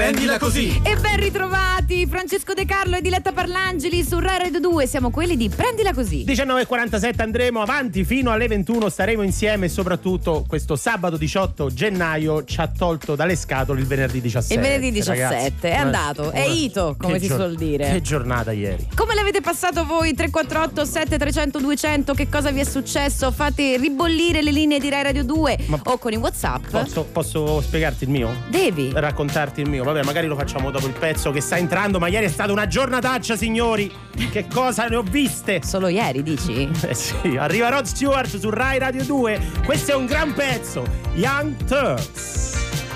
Prendila così. E ben ritrovati Francesco De Carlo e Diletta Parlangeli su Rai Radio 2. Siamo quelli di Prendila così. 19:47 andremo avanti fino alle 21, staremo insieme e soprattutto questo sabato 18 gennaio ci ha tolto dalle scatole il venerdì 17. Il venerdì 17 ragazzi. è andato, è ito, come si suol dire. Che giornata ieri. Come l'avete passato voi? 348 7300 200, che cosa vi è successo? Fate ribollire le linee di Rai Radio 2 o con i WhatsApp. Posso spiegarti il mio? Devi raccontarti il mio. Vabbè, magari lo facciamo dopo il pezzo che sta entrando, ma ieri è stata una giornataccia, signori. Che cosa ne ho viste? Solo ieri, dici? Eh sì, arriva Rod Stewart su Rai Radio 2. Questo è un gran pezzo, Young Turks.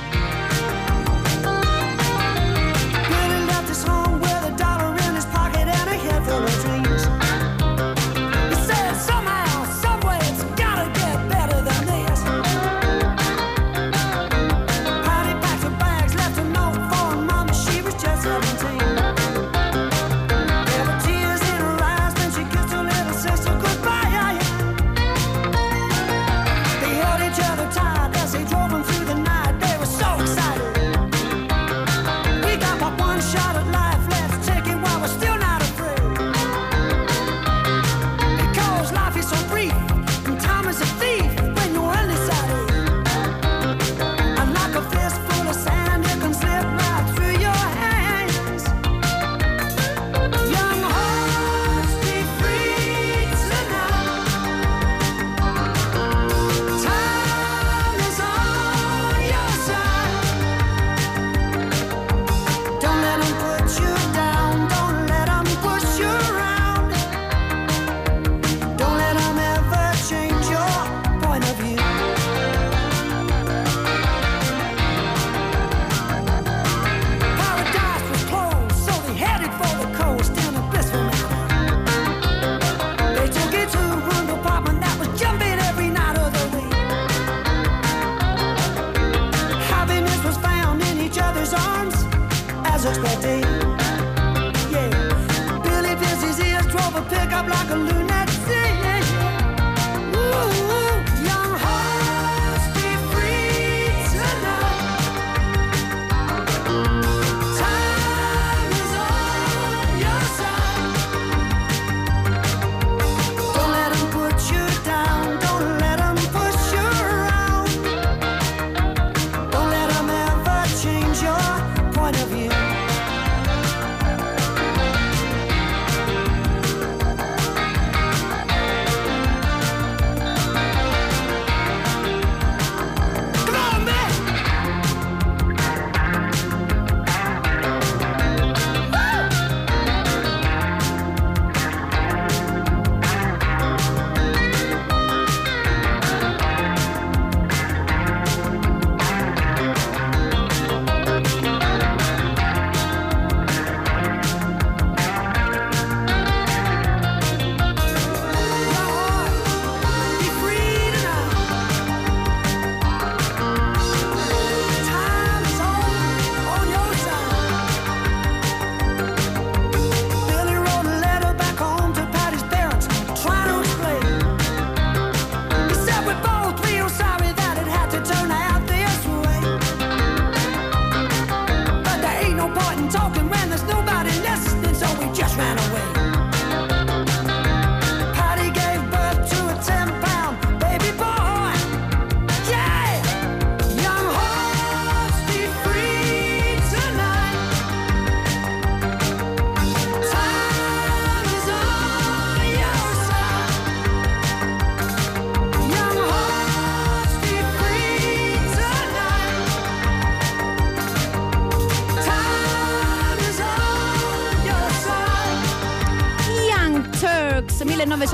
Turks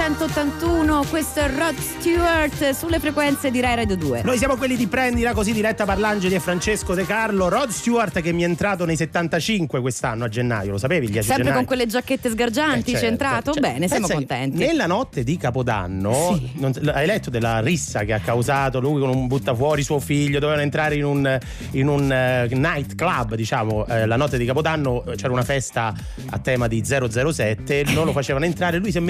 1981, questo è Rod Stewart sulle frequenze di Rai Radio 2. Noi siamo quelli di Prendila così, Diletta Parlangeli e Francesco De Carlo. Rod Stewart che mi è entrato nei 75 quest'anno a gennaio, lo sapevi? Il 10 Sempre gennaio. con quelle giacchette sgargianti, certo, c'è entrato? certo. Bene, siamo contenti. Nella notte di Capodanno, sì. Hai letto della rissa che ha causato lui con un buttafuori suo figlio? Dovevano entrare in un night club, diciamo, la notte di Capodanno c'era una festa a tema di 007, non lo facevano entrare, lui si è messo a litigare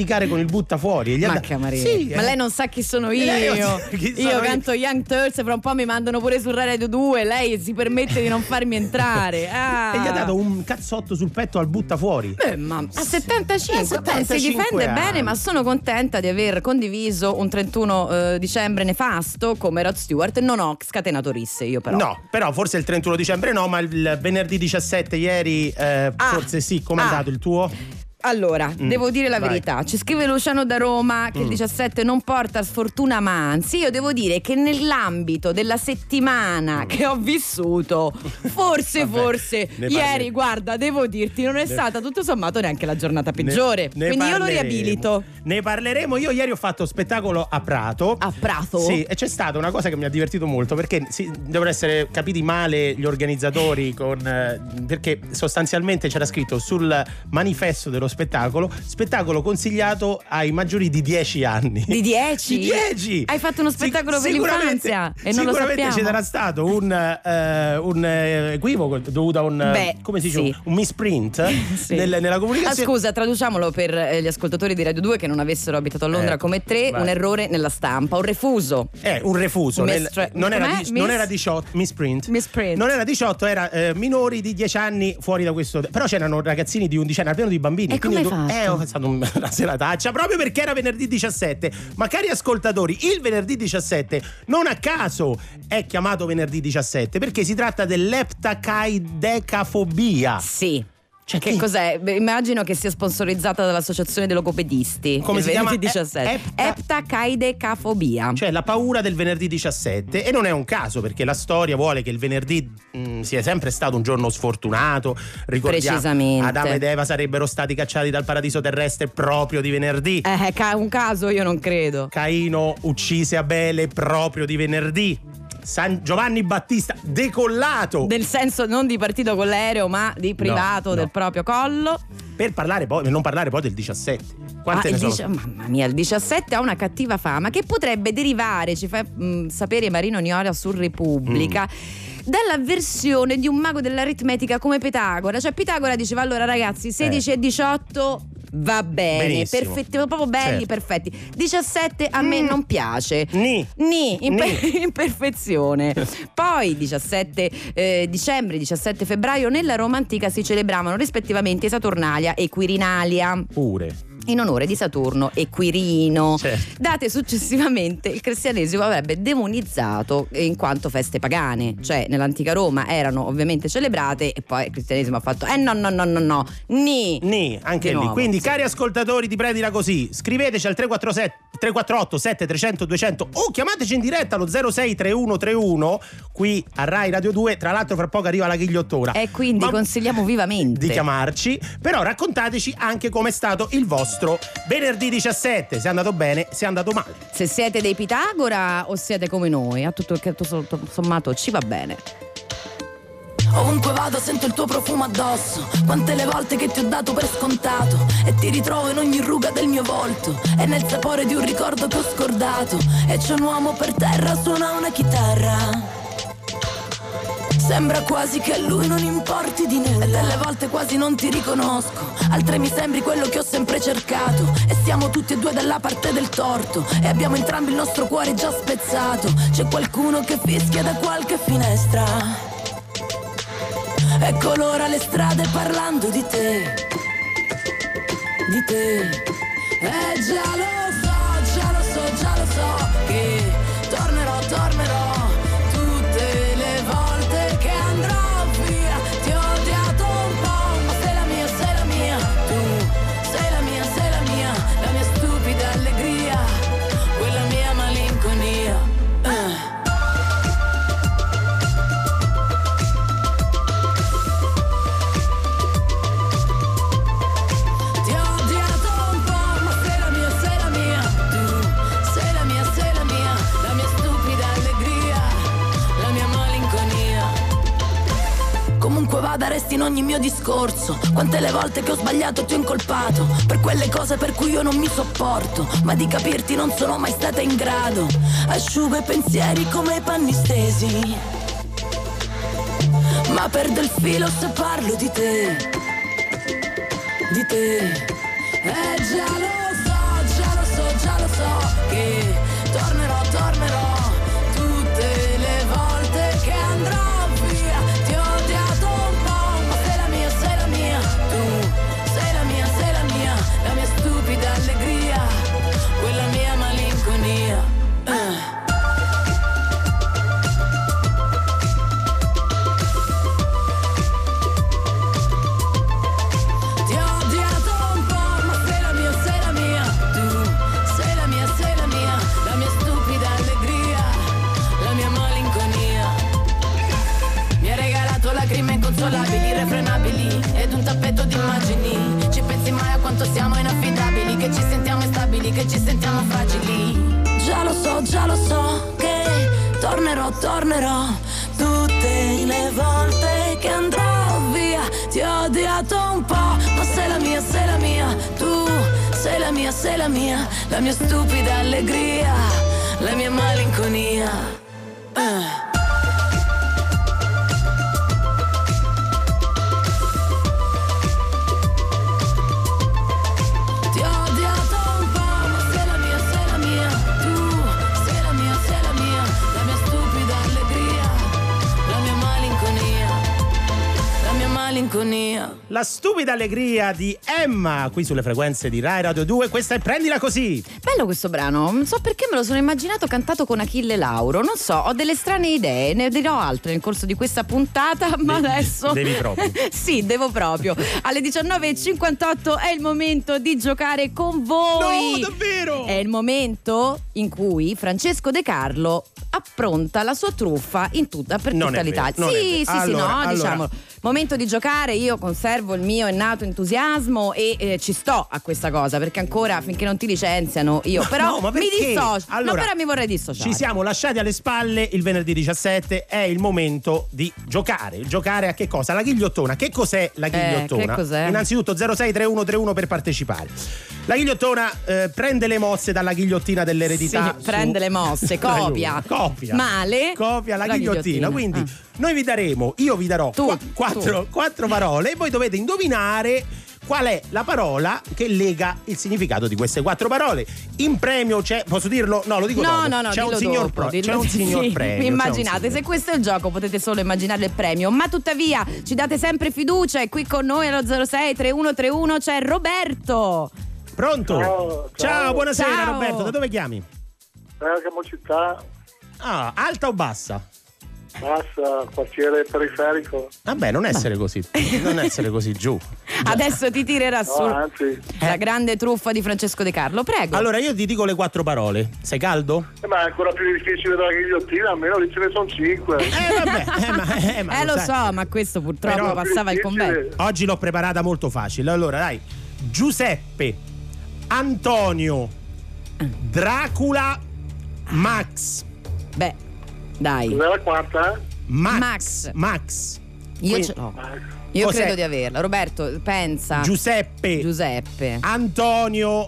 litigare con il buttafuori. Sì, ma lei non sa chi sono io. Io canto Young Turks, fra un po' mi mandano pure su Radio 2. Lei si permette di non farmi entrare. E gli ha dato un cazzotto sul petto al buttafuori. Ma a 75 si difende bene, ma sono contenta di aver condiviso un 31 dicembre nefasto come Rod Stewart. Non ho scatenato risse io, però. No, però forse il 31 dicembre no, ma il venerdì 17 ieri forse sì. Com'è andato il tuo? Allora, devo dire la verità. Ci scrive Luciano da Roma che il 17 non porta sfortuna, ma anzi, io devo dire che nell'ambito della settimana che ho vissuto, forse ieri, guarda, devo dirti, non è stata tutto sommato neanche la giornata peggiore. Quindi io lo riabilito. Ne parleremo. Io ieri ho fatto spettacolo a Prato. A Prato? Sì, e c'è stata una cosa che mi ha divertito molto, perché devono essere capiti male gli organizzatori perché sostanzialmente c'era scritto sul manifesto dello spettacolo consigliato ai maggiori di 10 anni. Di 10? Di 10! Hai fatto uno spettacolo per l'infanzia e non lo sappiamo. Sicuramente ci sarà stato un equivoco dovuto a un come si dice? Un misprint nella comunicazione. Scusa, traduciamolo per gli ascoltatori di Radio 2 che non avessero abitato a Londra come te. Un errore nella stampa, un refuso. Un refuso. Non era 18, misprint. Non era 18, era minori di 10 anni fuori da questo. Però c'erano ragazzini di 11 anni, almeno di bambini. E come hai fatto? È stata una serataccia proprio perché era venerdì 17. Ma cari ascoltatori, il venerdì 17 non a caso è chiamato venerdì 17 perché si tratta dell'eptacaidecafobia. Sì. Cioè, che cos'è? Immagino che sia sponsorizzata dall'associazione dei logopedisti. Come si chiama? 17. Eptacaidecafobia. Cioè la paura del venerdì 17. E non è un caso, perché la storia vuole che il venerdì sia sempre stato un giorno sfortunato. Ricordiamo, precisamente. Adamo ed Eva sarebbero stati cacciati dal paradiso terrestre proprio di venerdì. Un caso io non credo. Caino uccise Abele proprio di venerdì. San Giovanni Battista decollato, nel senso non di partito con l'aereo ma di privato del proprio collo. Per non parlare poi del 17. Quante ne sono? Mamma mia, il 17 ha una cattiva fama che potrebbe derivare, ci fa sapere Marino Niola su Repubblica, dalla versione di un mago dell'aritmetica come Pitagora. Cioè Pitagora diceva: allora ragazzi, 16 e 18 va bene, benissimo, perfetti, proprio belli, perfetti. 17 a me non piace. Imperfezione. Poi 17 dicembre, 17 febbraio nella Roma antica si celebravano rispettivamente Saturnalia e Quirinalia. Pure. In onore di Saturno e Quirino. Certo. Date successivamente il cristianesimo avrebbe demonizzato in quanto feste pagane. Cioè nell'antica Roma erano ovviamente celebrate e poi il cristianesimo ha fatto no, anche lì. Quindi cari ascoltatori di Prendila Così, scriveteci al 348 7300 200 o chiamateci in diretta allo 063131 qui a Rai Radio 2. Tra l'altro fra poco arriva la ghigliottora e quindi consigliamo vivamente di chiamarci. Però raccontateci anche com'è stato il vostro venerdì 17, se è andato bene, se è andato male. Se siete dei Pitagora o siete come noi, a tutto sommato ci va bene. Ovunque vado sento il tuo profumo addosso. Quante le volte che ti ho dato per scontato e ti ritrovo in ogni ruga del mio volto e nel sapore di un ricordo che ho scordato. E c'è un uomo per terra, suona una chitarra. Sembra quasi che a lui non importi di nulla. E delle volte quasi non ti riconosco, altre mi sembri quello che ho sempre cercato. E siamo tutti e due dalla parte del torto e abbiamo entrambi il nostro cuore già spezzato. C'è qualcuno che fischia da qualche finestra e colora le strade parlando di te. Di te. Già lo so che tornerò tutte le volte che andrò via. Ti ho odiato un po', ma sei la mia, tu sei la mia, la mia stupida allegria, quella mia malinconia. Vada, resti in ogni mio discorso. Quante le volte che ho sbagliato ti ho incolpato per quelle cose per cui io non mi sopporto, ma di capirti non sono mai stata in grado. Asciugo i pensieri come i panni stesi, ma perdo il filo se parlo di te. Di te. Già lo so so che tornerò tutte le volte che andrò via. Ti ho odiato un po', ma sei la mia, tu sei la mia, la mia stupida allegria, quella mia malinconia. Ti ho odiato un po', ma sei la mia, tu sei la mia, la mia stupida allegria, la mia malinconia. Mi hai regalato lacrime inconsolabili, irrefrenabili, ed un tappeto di immagini. Ci pensi mai a quanto siamo inaffidabili, che ci sentiamo instabili, che ci sentiamo fragili? Già lo so che tornerò tutte le volte che andrò via. Ti ho odiato un po', ma sei la mia, tu sei la mia, la mia stupida allegria, la mia malinconia. La stupida allegria di Emma qui sulle frequenze di Rai Radio 2. Questa è Prendila Così. Bello questo brano, non so perché me lo sono immaginato cantato con Achille Lauro. Non so, ho delle strane idee, ne dirò altre nel corso di questa puntata, ma adesso devi proprio. Sì, devo proprio. Alle 19:58 è il momento di giocare con voi. No, davvero? È il momento in cui Francesco De Carlo appronta la sua truffa per tutta l'Italia. Sì, diciamo. Momento di giocare, io conservo il mio innato entusiasmo e ci sto a questa cosa, perché ancora finché non ti licenziano io però ma mi dissocio. Allora, però mi vorrei dissociare. Ci siamo lasciati alle spalle il venerdì 17, è il momento di giocare. Giocare a che cosa? La ghigliottona. Che cos'è la ghigliottona? Che cos'è? Innanzitutto 063131 per partecipare. La ghigliottona prende le mosse dalla ghigliottina dell'eredità. Sì, prende le mosse, copia male, copia la ghigliottina. Quindi io vi darò quattro parole e voi dovete indovinare qual è la parola che lega il significato di queste 4 parole. In premio c'è, posso dirlo? No, lo dico dopo. No, c'è un signor premio. Immaginate, se questo è il gioco potete solo immaginare il premio, ma tuttavia ci date sempre fiducia e qui con noi allo 063131 c'è Roberto. Pronto? Ciao, buonasera. Ciao. Roberto, da dove chiami? Bergamo città. Alta o bassa? Bassa, quartiere periferico. Vabbè, non essere così giù. Adesso ti tirerà su la grande truffa di Francesco De Carlo, prego. Allora io ti dico le 4 parole. Sei caldo? Ma è ancora più difficile della ghigliottina, almeno lì ce ne sono 5. Ma lo so, ma questo purtroppo Però passava il convento. Oggi l'ho preparata molto facile. Allora dai, Giuseppe, Antonio, Dracula, Max. Beh, dai. Cos'è la quarta? Max. Io ce l'ho. Io Cos'è? credo di averla. Roberto, pensa. Giuseppe. Antonio.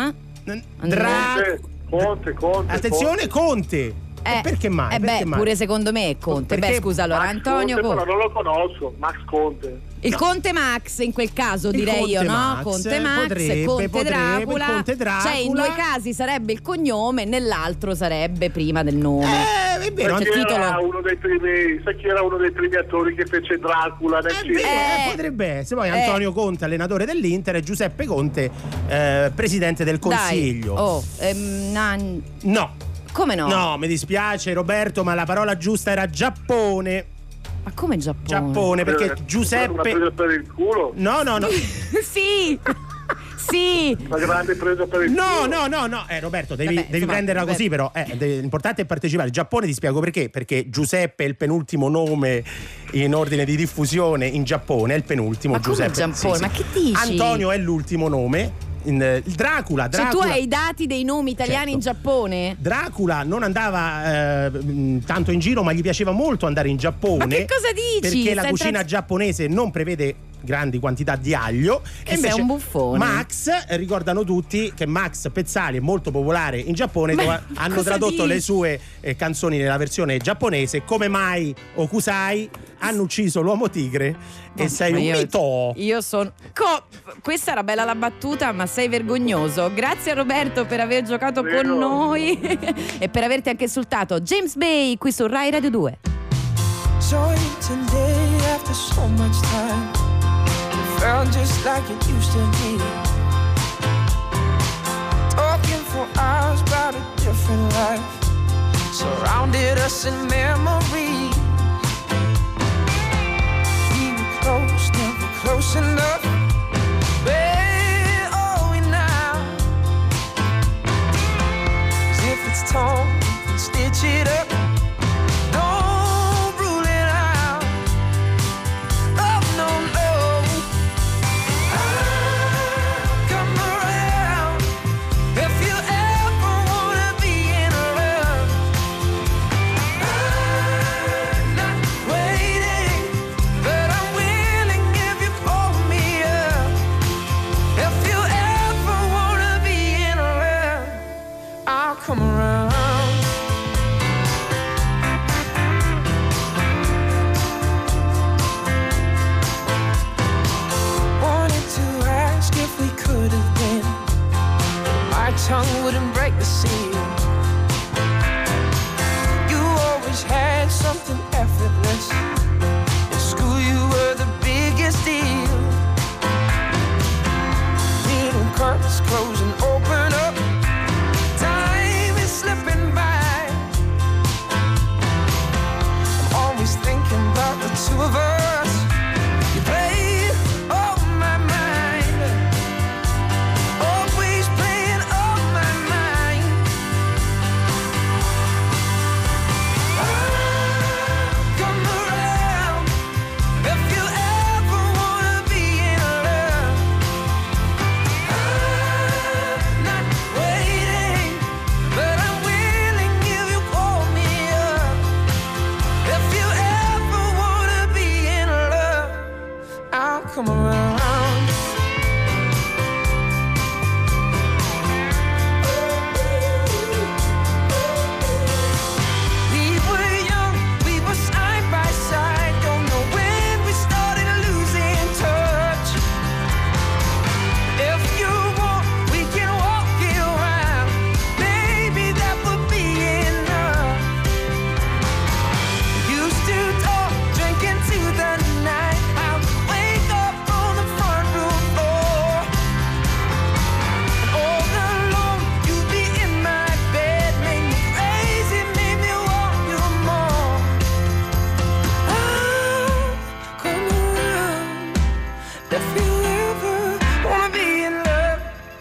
Conte. Attenzione, Conte. Perché mai? Pure secondo me è Conte. Perché? Scusa, allora Max Antonio Conte, però non lo conosco. Max Conte. Il Conte Max in quel caso direi io, no? Conte Max, Conte Dracula. Cioè in 2 casi sarebbe il cognome, nell'altro sarebbe prima del nome. È vero. Sai chi era uno dei primi attori che fece Dracula nel film? Potrebbe essere. Poi Antonio Conte, allenatore dell'Inter, e Giuseppe Conte, presidente del Consiglio. No. Come no? No, mi dispiace Roberto, ma la parola giusta era Giappone. Ma come Giappone? Giappone, perché Giuseppe. Una presa per il culo? No. Sì. Sì. Una grande presa per il culo? No. Roberto, devi prenderla così, però. L'importante è partecipare. Giappone, ti spiego perché. Perché Giuseppe è il penultimo nome in ordine di diffusione in Giappone. È il penultimo. Ma Giuseppe. Come Giappone? Sì. Ma che dici? Antonio è l'ultimo nome. Il Dracula. Cioè tu hai i dati dei nomi italiani in Giappone? Dracula non andava tanto in giro, ma gli piaceva molto andare in Giappone. Ma che cosa dici? Perché la cucina giapponese non prevede grandi quantità di aglio. Che e invece sei un buffone. Max, ricordano tutti che Max Pezzali è molto popolare in Giappone, dove hanno tradotto le sue canzoni nella versione giapponese. Come mai Okusai, hanno ucciso l'uomo tigre e sei un mito. Io sono questa era bella la battuta, ma sei vergognoso. Grazie a Roberto per aver giocato con noi e per averti anche insultato. James Bay qui su Rai Radio 2. Joy today after so much time. Felt just like it used to be. Talking for hours about a different life. Surrounded us in memory. We were close, never close enough. Where are we now? As if it's torn, we can stitch it up. Don't rule it out. Oh no, no. I'll come around if you ever wanna be in love. I'm not waiting, but I'm willing if you call me up. If you ever wanna be in love, I'll come around. Wanted to ask if we could have been. My tongue wouldn't break the seal. You always had something effortless. In school you were the biggest deal. Little curtains close and open up. Time is slipping by. I'm always thinking about the two of us. You play on my mind. Always playing on my mind. I'll come around if you ever wanna be in love. I'm not waiting, but I'm willing if you call me up. If you ever wanna be in love, I'll come around. We were young, we were side by side. Don't know when we started losing touch. If you want, we can walk it around. Maybe that would be enough. Used to talk, drink into the night. I would wake up on the front room floor. And all alone, you'd be in my bed. Made me crazy, made me want you more. I'll come around if you ever wanna be in love.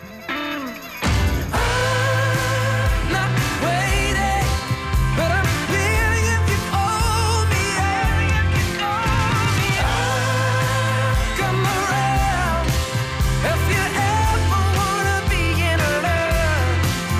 I'm not waiting, but I'm willing if you call me up. I'll come around if you ever wanna be in love.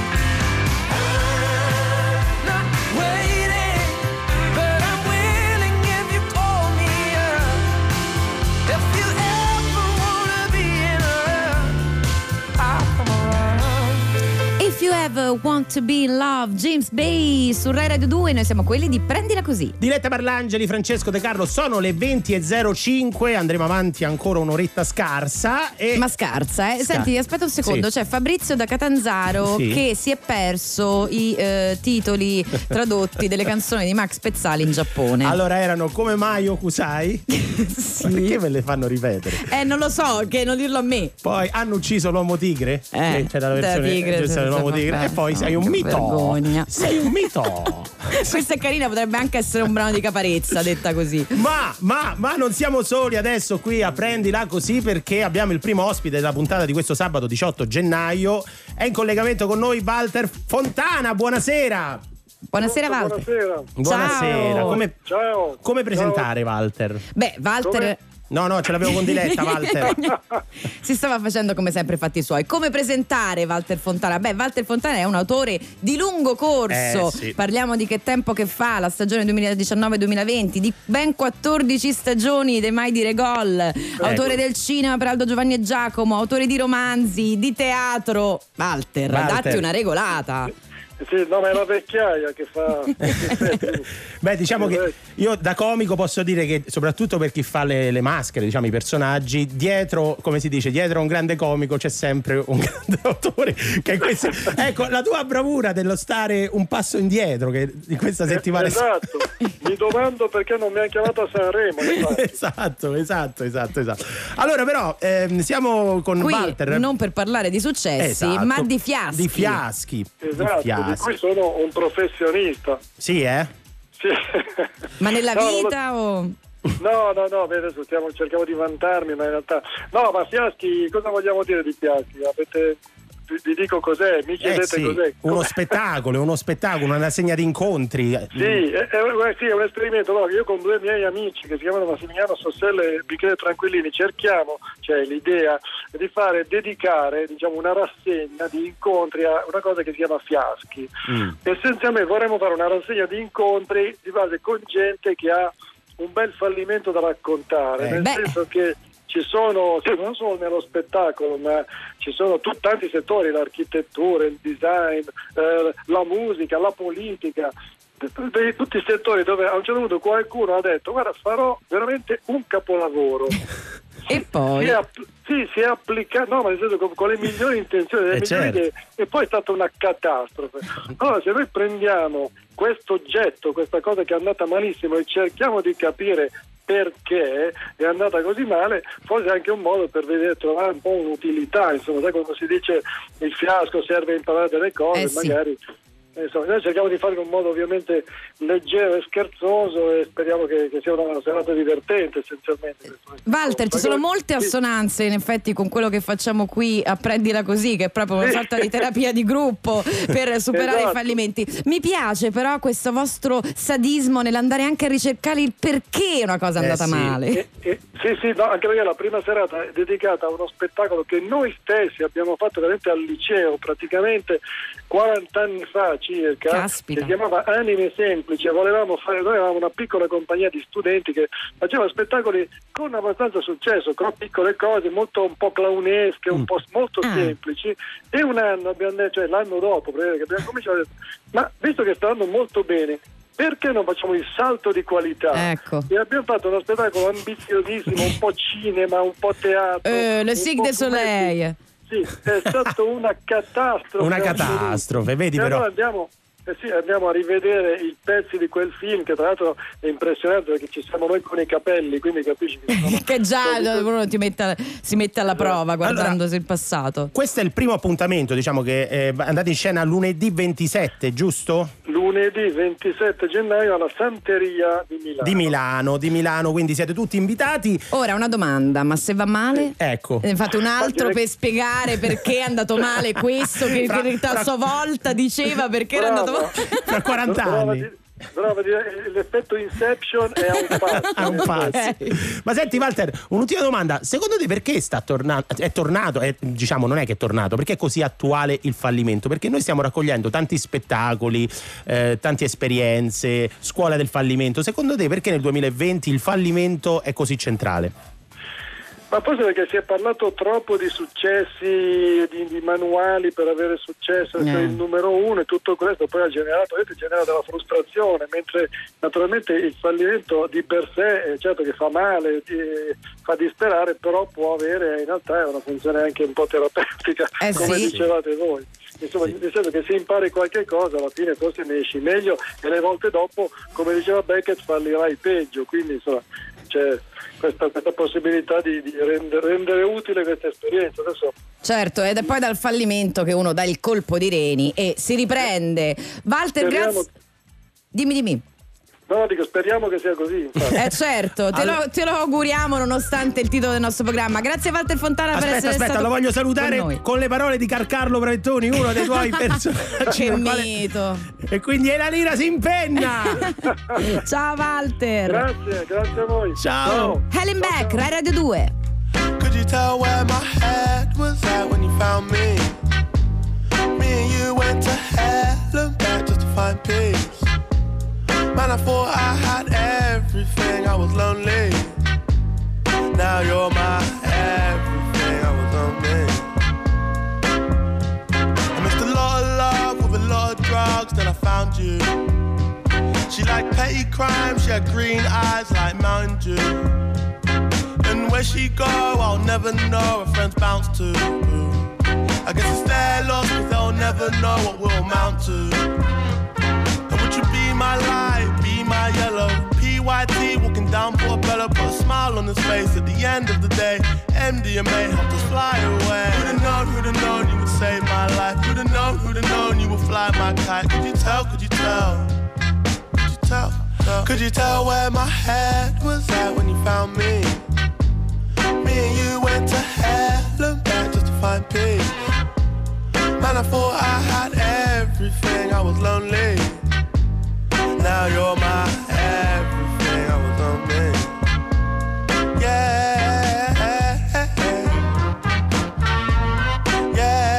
I'm not waiting, but I'm willing if you call me up. If you ever wanna be in love, I'll come around. If You Ever Want to Be in Love, James Bay su Rai Radio 2. Noi siamo quelli di Prendila Così. Diletta Parlangeli, Francesco De Carlo, sono le 20.05, andremo avanti ancora un'oretta scarsa. Ma scarsa, Senti, aspetta un secondo. Sì. C'è Fabrizio da Catanzaro che si è perso i titoli tradotti delle canzoni di Max Pezzali in Giappone. Allora erano Come mai Okusai? Sì. Perché me le fanno ripetere? Non lo so, che non dirlo a me. Poi hanno ucciso l'uomo tigre, che c'era la versione tigre, dell'uomo tigre, e poi sei un mito. Vergogna. Sei un mito. Questa è carina, potrebbe anche essere un brano di Caparezza, detta così. Ma non siamo soli adesso qui a Prendila Così, perché abbiamo il primo ospite della puntata di questo sabato 18 gennaio. È in collegamento con noi Walter Fontana. Buonasera. Buonasera Walter. Buonasera. Buonasera. Ciao. Come presentare Walter? Beh, Walter, No, ce l'avevo con Diletta, Walter. Si stava facendo come sempre fatti suoi. Come presentare Walter Fontana? Beh, Walter Fontana è un autore di lungo corso. Sì. Parliamo di che tempo che fa, la stagione 2019-2020, di ben 14 stagioni dei Mai Dire Gol. Autore del cinema per Aldo, Giovanni e Giacomo, autore di romanzi, di teatro. Walter. Datti una regolata. Sì, no, ma è la vecchiaia che fa. Beh, diciamo che io da comico posso dire che, soprattutto per chi fa le maschere, diciamo i personaggi, dietro, come si dice, dietro a un grande comico c'è sempre un grande autore. Che questo, ecco, la tua bravura dello stare un passo indietro, che in questa settimana. Esatto, mi domando perché non mi hanno chiamato a Sanremo. Esatto. Allora, però, siamo con qui, Walter. Non per parlare di successi, Esatto. ma di fiaschi. Di fiaschi. Esatto, di cui sono un professionista. Sì, Sì. Ma nella vita o... No, adesso cerchiamo di vantarmi, ma in realtà no, ma fiaschi, cosa vogliamo dire di fiaschi? Vi dico cos'è, mi chiedete cos'è. Uno spettacolo, una rassegna di incontri. Sì, è un esperimento. No, io con due miei amici che si chiamano Massimiliano Sossella e Bicchiere Tranquillini cerchiamo, cioè l'idea di dedicare, diciamo, una rassegna di incontri a una cosa che si chiama fiaschi. Essenzialmente vorremmo fare una rassegna di incontri di base con gente che ha un bel fallimento da raccontare, nel senso che ci sono, non solo nello spettacolo, ma ci sono tanti settori, l'architettura, il design, la musica, la politica, tutti i settori dove a un certo punto qualcuno ha detto: guarda, farò veramente un capolavoro. E poi si è applicato, no, ma nel senso con le migliori intenzioni, le migliori idee, e poi è stata una catastrofe. Allora, se noi prendiamo questo oggetto, questa cosa che è andata malissimo, e cerchiamo di capire perché è andata così male, forse è anche un modo per trovare un po' un'utilità, insomma, sai, quando si dice il fiasco serve a imparare delle cose, magari. Insomma, noi cerchiamo di farlo in un modo ovviamente leggero e scherzoso, e speriamo che sia una serata divertente, essenzialmente. Walter, ci sono molte assonanze in effetti con quello che facciamo qui a Prendila Così, che è proprio una sorta di terapia di gruppo per superare i fallimenti. Mi piace però questo vostro sadismo nell'andare anche a ricercare il perché una cosa è andata male. Sì, no, anche perché la prima serata è dedicata a uno spettacolo che noi stessi abbiamo fatto veramente al liceo, praticamente 40 anni fa circa. Caspita. Si chiamava Anime Semplici. Volevamo fare, noi avevamo una piccola compagnia di studenti che faceva spettacoli con abbastanza successo, con piccole cose molto un po' clownesche, un po' molto semplici, e un anno abbiamo detto, cioè l'anno dopo che abbiamo cominciato, ma visto che sta andando molto bene, perché non facciamo il salto di qualità? Ecco. E abbiamo fatto uno spettacolo ambiziosissimo, un po' cinema, un po' teatro, Le Cirque du Soleil. Sì, è stato una catastrofe. Una catastrofe, vedi, e però. Allora andiamo a rivedere i pezzi di quel film, che tra l'altro è impressionante perché ci siamo noi con i capelli, quindi capisci che già uno si mette alla prova guardandosi il passato. Questo è il primo appuntamento, diciamo, che andate in scena lunedì 27, giusto? Lunedì 27 gennaio alla Santeria di Milano. Di Milano, quindi siete tutti invitati. Ora una domanda, ma se va male? Ecco. Fate un altro per spiegare perché è andato male questo, che in realtà a sua volta diceva perché era andato male. Tra 40 anni. Bravo, l'effetto Inception è a un passo. Ma senti, Walter, un'ultima domanda: secondo te perché è tornato, diciamo, non è che è tornato, perché è così attuale il fallimento? Perché noi stiamo raccogliendo tanti spettacoli, tante esperienze, scuola del fallimento. Secondo te perché nel 2020 il fallimento è così centrale? Ma forse perché si è parlato troppo di successi, di manuali per avere successo, essere il numero uno, e tutto questo poi genera della frustrazione, mentre naturalmente il fallimento di per sé, certo che fa male, fa disperare, però può avere, in realtà è una funzione anche un po' terapeutica, come dicevate voi. Insomma, nel senso che se impari qualche cosa, alla fine forse ne esci meglio, e le volte dopo, come diceva Beckett, fallirai peggio. Quindi insomma c'è questa possibilità di rendere utile questa esperienza. Adesso... Certo, ed è poi dal fallimento che uno dà il colpo di reni e si riprende. Walter, grazie. Dimmi. No, dico, speriamo che sia così. Certo, te lo auguriamo nonostante il titolo del nostro programma. Grazie Walter Fontana per essere stato. Lo voglio salutare con le parole di Carcarlo Bravettoni, uno dei tuoi personaggi. Che mito. E quindi la lira si impenna. Ciao Walter. Grazie a voi. Ciao. Helen Beck, Rai Radio 2. Could you tell where my head was at when you found me? Me and you went to hell and back just to find peace. Man, I thought I had everything, I was lonely. Now you're my everything, I was lonely. I missed a lot of love with a lot of drugs, then I found you. She liked petty crime, she had green eyes like Mountain Dew. And where she go, I'll never know, her friends bounce to. I guess it's their loss, cause they'll never know what we'll amount to. Would you be my light, be my yellow? PYT walking down Portobello, put a smile on his face. At the end of the day, MDMA helped us fly away. Who'd have known you would save my life? Who'd have known you would fly my kite? Could you tell, could you tell? Could you tell? Could you tell where my head was at when you found me? Me and you went to hell and back just to find peace. Man, I thought I had everything, I was lonely. Now you're my everything, I was lonely. Yeah, yeah, yeah,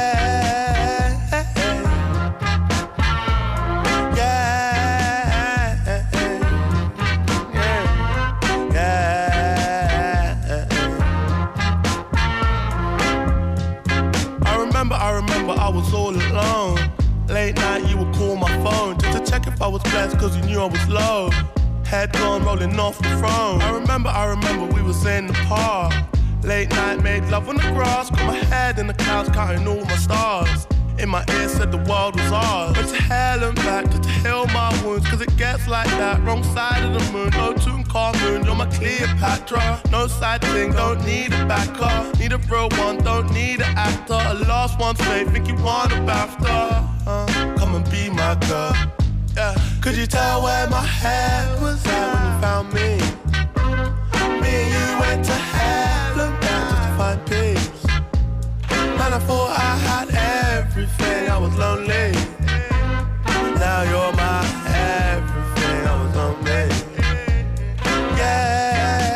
I remember I was all alone. Late night you would call my phone just to check if I was blessed, cause you knew I was low. Head gone rolling off the throne. I remember we was in the park. Late night made love on the grass. Got my head in the clouds counting all my stars. In my ear said the world was ours. Went to hell and back just to heal my wounds, cause it gets like that. Wrong side of the moon, no Tutankhamun. You're my Cleopatra. No side thing, don't need a backer. Need a real one, don't need an actor. A last one's fake, think you want a BAFTA. Come and be my girl. Yeah. Could you tell where my head was at when you found me? Me and you went to hell and back just to find peace. Man, I thought I had everything, I was lonely. Now you're my everything, I was lonely. Yeah.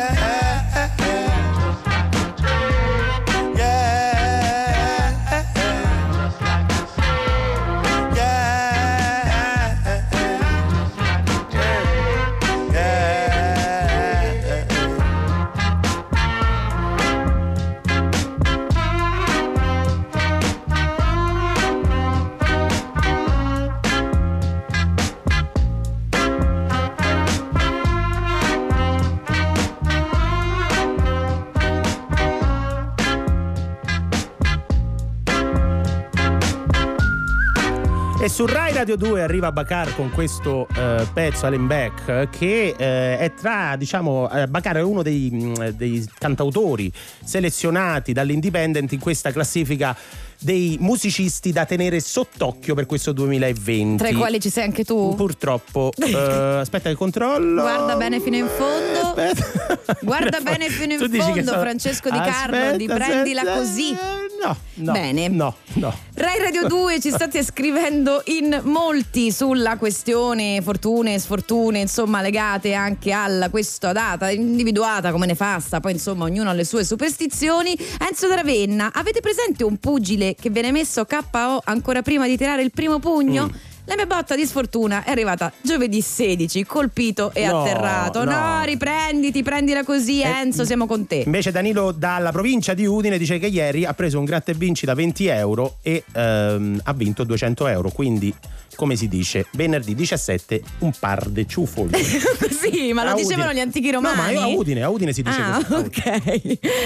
E su Rai Radio 2 arriva Bakar con questo pezzo, Helen Beck, che è tra, diciamo, Bakar è uno dei cantautori selezionati dall'Independent in questa classifica dei musicisti da tenere sott'occhio per questo 2020. Tra i quali ci sei anche tu? Purtroppo. Aspetta che controllo. Guarda bene fino in fondo. Aspetta. Guarda bene fino in fondo, Francesco Di Carlo, prendila così. No. Bene. No. Rai Radio 2 ci state scrivendo in molti sulla questione fortune e sfortune, insomma, legate anche alla questa data individuata come nefasta, poi insomma ognuno ha le sue superstizioni. Enzo da Ravenna, avete presente un pugile che viene messo KO ancora prima di tirare il primo pugno? La mia botta di sfortuna è arrivata giovedì 16, colpito e atterrato. No, riprenditi, prendila così, Enzo, siamo con te. Invece Danilo dalla provincia di Udine dice che ieri ha preso un gratta e vinci da 20 euro e ha vinto 200 euro, quindi come si dice, venerdì 17 un par de ciuffoli. Sì, ma lo dicevano gli antichi romani. No, ma a Udine si dice così. Ok.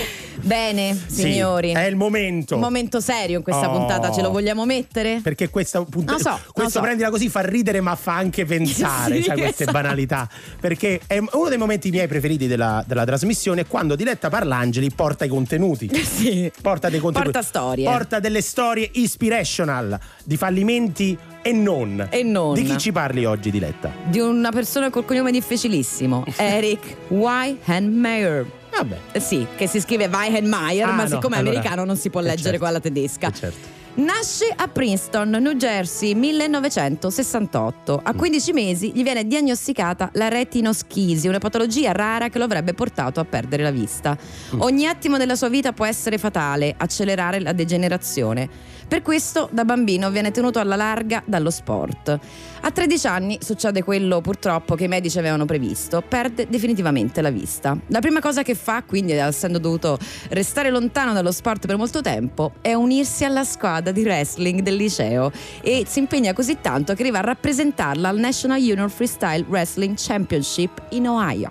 Bene, signori. Sì, è il momento. Un momento serio in questa puntata, ce lo vogliamo mettere? Perché questa puntata, questo prendila così fa ridere ma fa anche pensare, Sì, sai, queste esatto. banalità. Perché è uno dei momenti miei preferiti della trasmissione è quando Diletta Parlangeli porta i contenuti. Sì. Porta dei contenuti. Porta storie. Porta delle storie inspirational di fallimenti e non. E non. Di chi ci parli oggi, Diletta? Di una persona col cognome difficilissimo, Eric Weihenmayer. Vabbè. Sì, che si scrive Weihenmayer, ma no, siccome è allora, americano non si può leggere certo, con la tedesca. certo. Nasce a Princeton, New Jersey, 1968. A 15 mesi gli viene diagnosticata la retinoschisi, una patologia rara che lo avrebbe portato a perdere la vista. Ogni attimo della sua vita può essere fatale, accelerare la degenerazione. Per questo da bambino viene tenuto alla larga dallo sport. A 13 anni succede quello purtroppo che i medici avevano previsto, perde definitivamente la vista. La prima cosa che fa, quindi essendo dovuto restare lontano dallo sport per molto tempo, è unirsi alla squadra di wrestling del liceo e si impegna così tanto che arriva a rappresentarla al National Junior Freestyle Wrestling Championship in Ohio.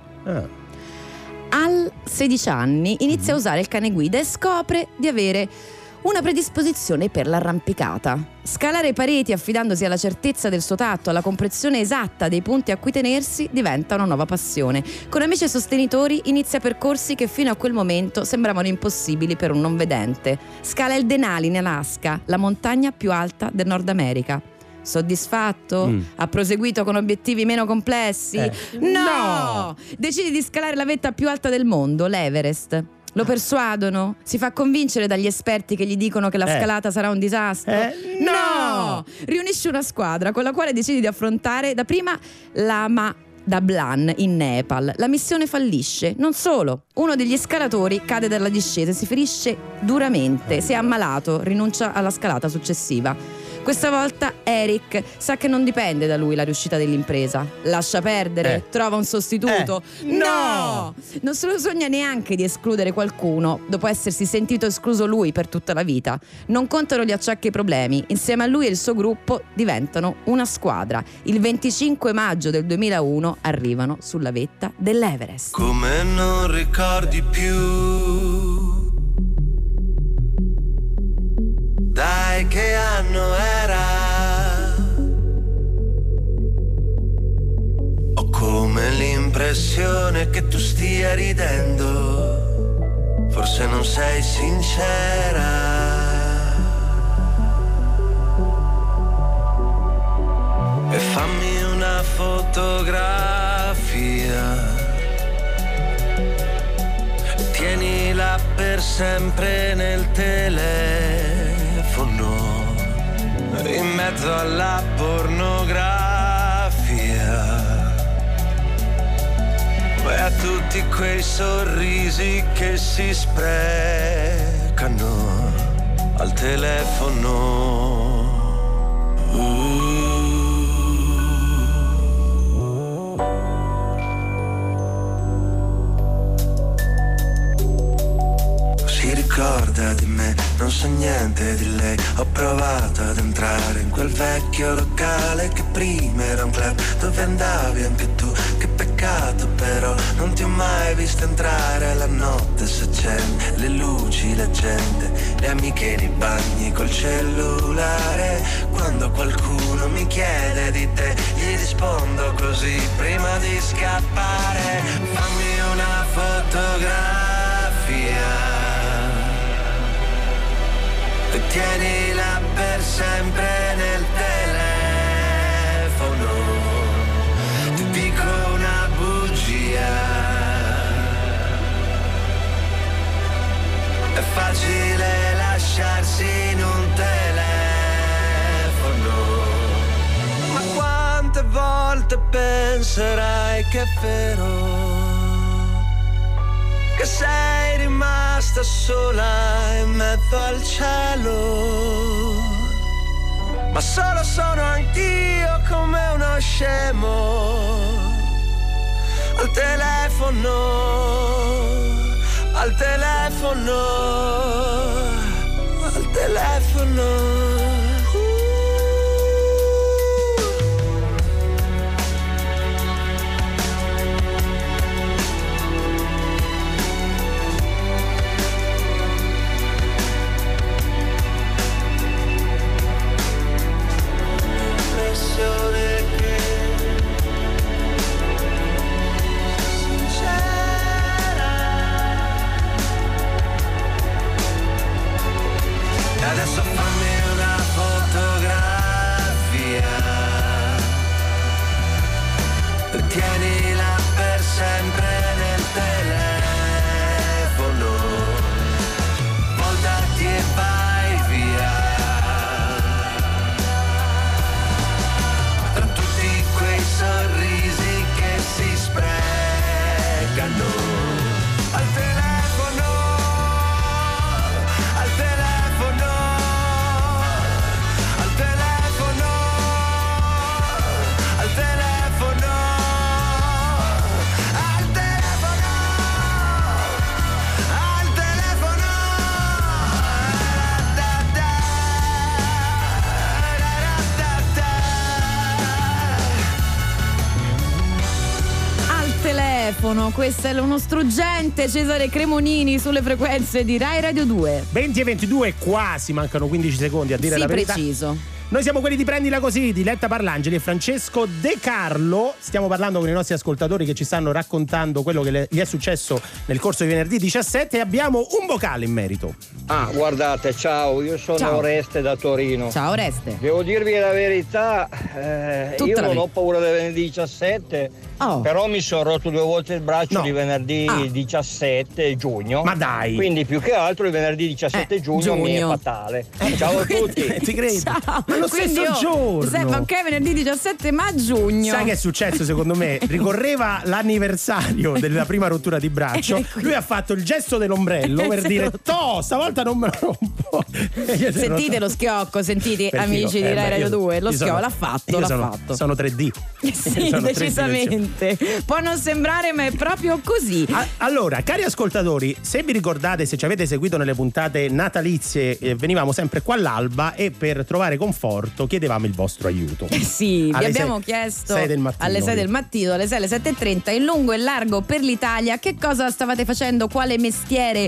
Al 16 anni inizia a usare il cane guida e scopre di avere una predisposizione per l'arrampicata. Scalare pareti affidandosi alla certezza del suo tatto, alla comprensione esatta dei punti a cui tenersi, diventa una nuova passione. Con amici e sostenitori inizia percorsi che fino a quel momento sembravano impossibili per un non vedente. Scala il Denali in Alaska, la montagna più alta del Nord America. Soddisfatto? Ha proseguito con obiettivi meno complessi? No! Decide di scalare la vetta più alta del mondo, l'Everest. Lo persuadono? Si fa convincere dagli esperti che gli dicono che la scalata sarà un disastro? No! Riunisce una squadra con la quale decide di affrontare dapprima Lama Dablan in Nepal. La missione fallisce. Non solo, uno degli scalatori cade dalla discesa e si ferisce duramente. Si è ammalato, rinuncia alla scalata successiva. Questa volta Eric sa che non dipende da lui la riuscita dell'impresa. Lascia perdere, trova un sostituto. No! Non se lo sogna neanche di escludere qualcuno dopo essersi sentito escluso lui per tutta la vita. Non contano gli acciacchi e i problemi. Insieme a lui e il suo gruppo diventano una squadra. Il 25 maggio del 2001 arrivano sulla vetta dell'Everest. Come non ricordi più? Dai, che anno era? Ho come l'impressione che tu stia ridendo. Forse non sei sincera. E fammi una fotografia. Tienila per sempre nel telefono, in mezzo alla pornografia e a tutti quei sorrisi che si sprecano al telefono. Ricorda di me, non so niente di lei. Ho provato ad entrare in quel vecchio locale che prima era un club dove andavi anche tu. Che peccato però, non ti ho mai visto entrare. La notte si accende, le luci, la gente, le amiche nei bagni col cellulare. Quando qualcuno mi chiede di te, gli rispondo così prima di scappare. Fammi una fotografia e tienila per sempre nel telefono. Ti dico una bugia, è facile lasciarsi in un telefono. Ma quante volte penserai che è vero, che sei rimasta sola in mezzo al cielo? Ma solo sono anch'io come uno scemo al telefono, al telefono, al telefono. telefono. Questo è uno struggente Cesare Cremonini sulle frequenze di Rai Radio 2. 20 e 22, quasi mancano 15 secondi a dire Sì, la verità. preciso. Noi siamo quelli di Prendila Così, di Letta Parlangeli e Francesco De Carlo. Stiamo parlando con i nostri ascoltatori che ci stanno raccontando quello che gli è successo nel corso di venerdì 17 e abbiamo un vocale in merito. Ah, guardate, ciao, io sono Ciao. Oreste da Torino. Ciao Oreste. Devo dirvi la verità, Tutta io la non verità. ho paura del venerdì 17, Oh. però mi sono rotto 2 volte il braccio No. di venerdì Ah. 17 giugno. Ma dai! Quindi più che altro il venerdì 17 giugno mi è giugno. fatale. Ciao a tutti. Ti credo? Ciao. Ma lo Quindi stesso giorno. Giuseppe, ok, venerdì 17 ma a giugno. Sai che è successo secondo me? Ricorreva l'anniversario della prima rottura di braccio. Lui ha fatto il gesto dell'ombrello per Si è dire rotto. "Toh, stavolta non me lo rompo". Sentite lo schiocco, sentite Per amici figo. di Rai Beh, Radio io- 2, lo io schiocco sono- l'ha fatto, io l'ha sono, fatto. Sono 3D. Sì, Sono 3 dimensioni. decisamente. Può non sembrare, ma è proprio così. Allora, cari ascoltatori, se vi ricordate, se ci avete seguito nelle puntate natalizie, venivamo sempre qua all'alba e per trovare conforto chiedevamo il vostro aiuto. Sì, vi Alle abbiamo 6 chiesto del mattino, alle 6 del mattino, alle 6 alle 7:30 in lungo e largo per l'Italia che cosa stavate facendo, per quale mestiere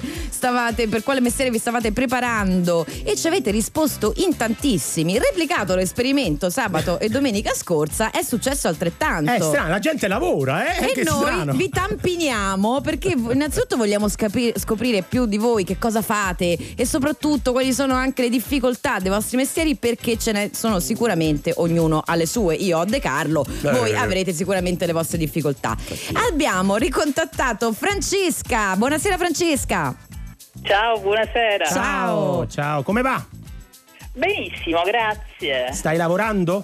vi stavate preparando e ci avete risposto in tantissimi. Replicato l'esperimento sabato e domenica scorsa è successo altrettanto. È strano, la gente lavora, E che noi strano. vi tampiniamo perché innanzitutto vogliamo scoprire più di voi che cosa fate e soprattutto quali sono anche le difficoltà dei vostri mestieri, perché ce ne sono sicuramente, ognuno ha le sue. Io ho De Carlo, voi avrete sicuramente le vostre difficoltà. Abbiamo ricontattato Francesca. Buonasera Francesca. Ciao, buonasera. Ciao. Ciao, come va? Benissimo, grazie. Stai lavorando?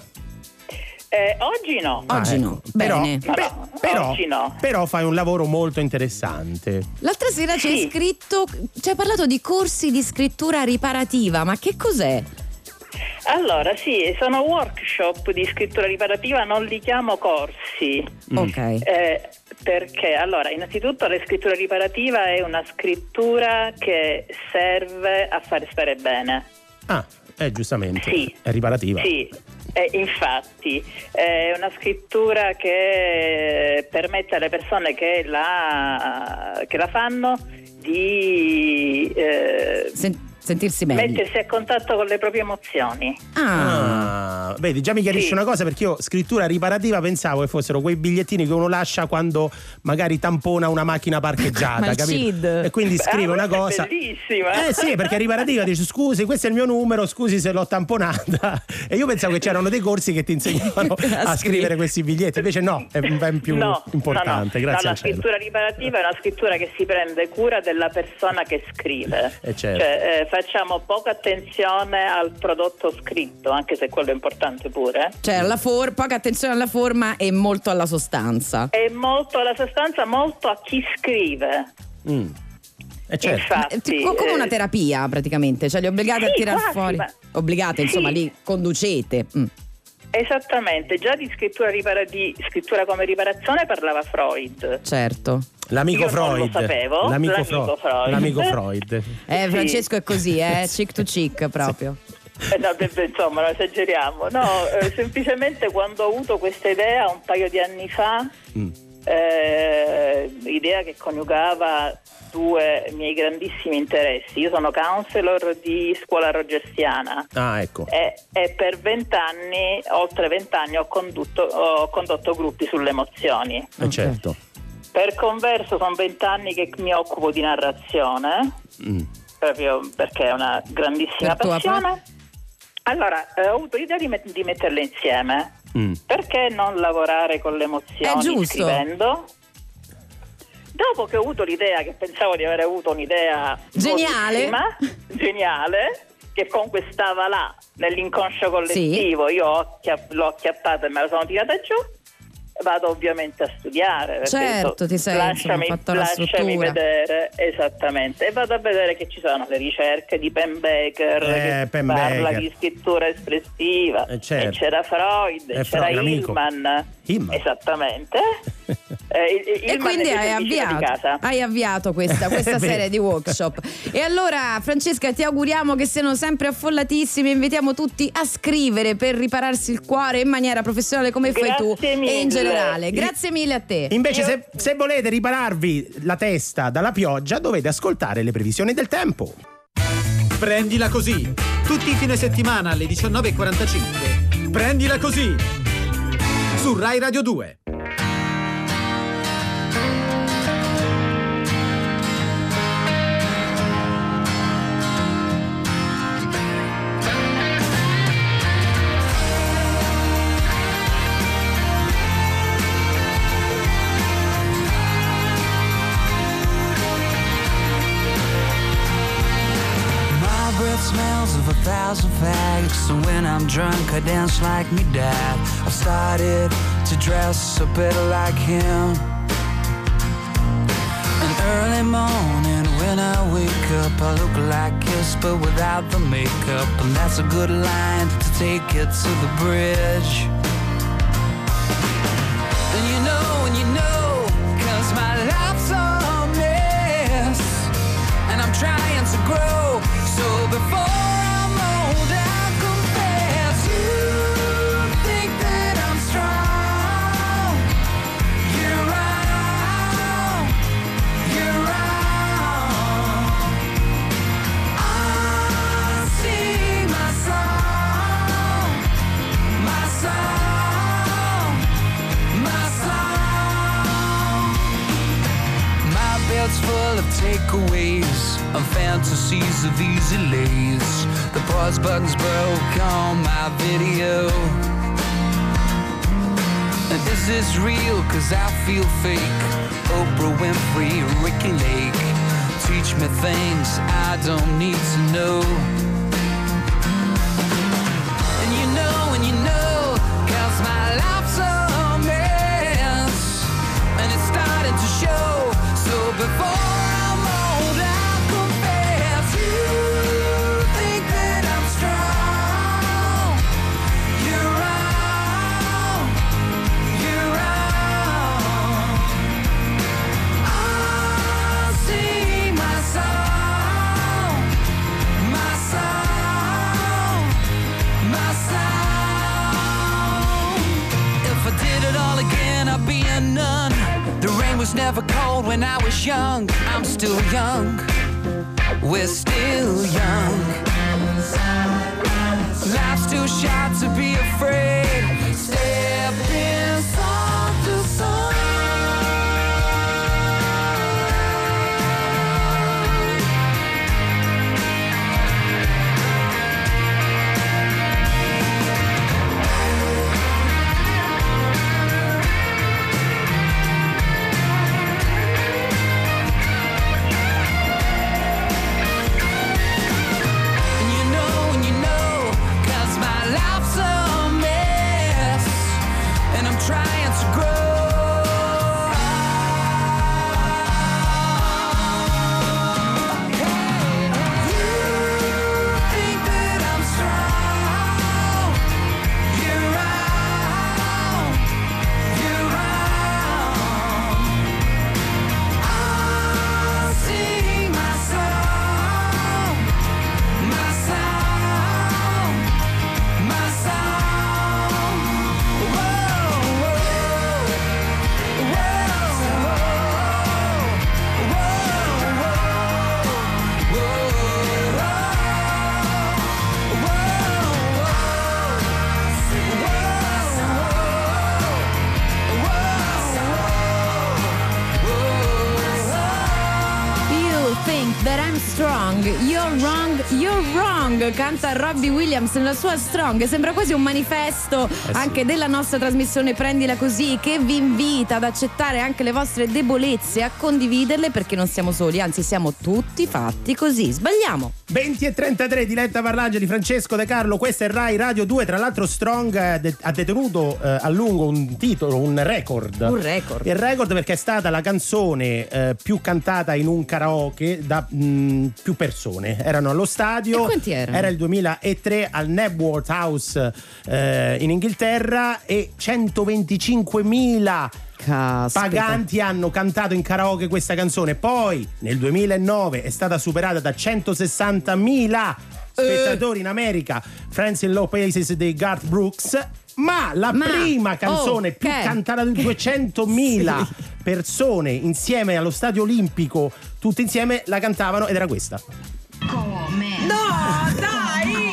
Oggi no. Oggi no. Bene. Oggi no. Però fai un lavoro molto interessante. L'altra sera ci hai scritto, ci hai parlato di corsi di scrittura riparativa, ma che cos'è? Allora, sì, sono workshop di scrittura riparativa, non li chiamo corsi. Ok. Perché, allora, innanzitutto la scrittura riparativa è una scrittura che serve a fare stare bene. Ah, giustamente. Sì. È riparativa. Sì, infatti è una scrittura che permette alle persone che la fanno di Sentirsi meglio. mettersi a contatto con le proprie emozioni. Ah, vedi, già mi chiarisci Sì. una cosa, perché io scrittura riparativa pensavo che fossero quei bigliettini che uno lascia quando magari tampona una macchina parcheggiata, Ma il capito? CID. E quindi scrive una questa cosa. è bellissima. Sì, perché è riparativa, dice scusi, questo è il mio numero, scusi se l'ho tamponata. E io pensavo che c'erano dei corsi che ti insegnavano a scrivere questi biglietti, invece no, è ben più importante, grazie la al cielo. scrittura riparativa è una scrittura che si prende cura della persona che scrive. Certo. Cioè, facciamo poca attenzione al prodotto scritto, anche se quello è importante pure. Cioè poca attenzione alla forma e molto alla sostanza. È molto alla sostanza, molto a chi scrive. Certo. Infatti, Come una terapia praticamente, cioè li obbligate a sì, tirar quasi, fuori. ma- Obbligate, insomma, sì. li conducete. Esattamente, già di scrittura come riparazione parlava Freud. Certo. L'amico Io non Freud. lo sapevo. L'amico Freud. L'amico Freud. Sì. Francesco è così, chic to chic proprio. No, insomma, non esageriamo. No, semplicemente quando ho avuto questa idea un paio di anni fa, idea che coniugava due miei grandissimi interessi. Io sono counselor di scuola rogersiana. Ah, ecco. E per 20 anni, oltre 20 anni, ho condotto gruppi sulle emozioni. Certo. Per converso sono 20 anni che mi occupo di narrazione, proprio perché è una grandissima Per tua passione. Allora, ho avuto l'idea di metterle insieme. Perché non lavorare con le emozioni giusto. scrivendo? Dopo che ho avuto l'idea, che pensavo di aver avuto un'idea Geniale. geniale, che comunque stava là nell'inconscio collettivo, io l'ho acchiappata e me la sono tirata giù. Vado ovviamente a studiare, perché Certo, ti sei fatta la struttura. vedere esattamente, e vado a vedere che ci sono le ricerche di Penn Baker che Penn parla Baker. di scrittura espressiva, Certo. e c'era Freud, e c'era Freud, l'amico. Hillman. Hillman. Esattamente. il quindi hai avviato questa serie di workshop. E allora, Francesca, ti auguriamo che siano sempre affollatissimi. Invitiamo tutti a scrivere per ripararsi il cuore in maniera professionale come fai tu e in generale. Grazie mille a te. Invece se volete ripararvi la testa dalla pioggia, dovete ascoltare le previsioni del tempo. Prendila così, tutti i fine settimana alle 19:45. Prendila così su Rai Radio 2. Smells of 1,000 fags, so when I'm drunk I dance like me dad. I've started to dress a bit like him. An early morning when I wake up I look like Kiss but without the makeup, and that's a good line to take it to the bridge. And you know, 'cause my life's a mess and I'm trying to grow. So before I'm old, I'll confess. You think that I'm strong? You're wrong. You're wrong. I sing my song, my song, my song. My bed's full of takeaways and fantasies of easy lays. The pause button's broke on my video. And is this real? 'Cause I feel fake. Oprah Winfrey, Ricky Lake. Teach me things I don't need to know. And you know, 'cause my life's a mess and it's starting to show. So before was never cold when I was young. I'm still young. We're still young. Life's too short to be afraid. Stepping song to song. You're wrong, canta Robbie Williams nella sua Strong. Sembra quasi un manifesto anche della nostra trasmissione Prendila Così, che vi invita ad accettare anche le vostre debolezze, a condividerle, perché non siamo soli, anzi siamo tutti fatti così. Sbagliamo. 20:33, Diletta Parlangeli, Francesco De Carlo, questa è Rai Radio 2. Tra l'altro Strong ha detenuto a lungo un titolo, un record. Il record perché è stata la canzone più cantata in un karaoke da più persone. Erano allo stadio. E quanti erano? Era il 2003 al Knebworth House in Inghilterra, e 125.000 paganti hanno cantato in karaoke questa canzone. Poi nel 2009 è stata superata da 160.000 spettatori in America, Friends in Low Places dei Garth Brooks. Ma la prima canzone più cantata di 200.000 persone insieme allo Stadio Olimpico, tutte insieme la cantavano, ed era questa. Come? No, dai!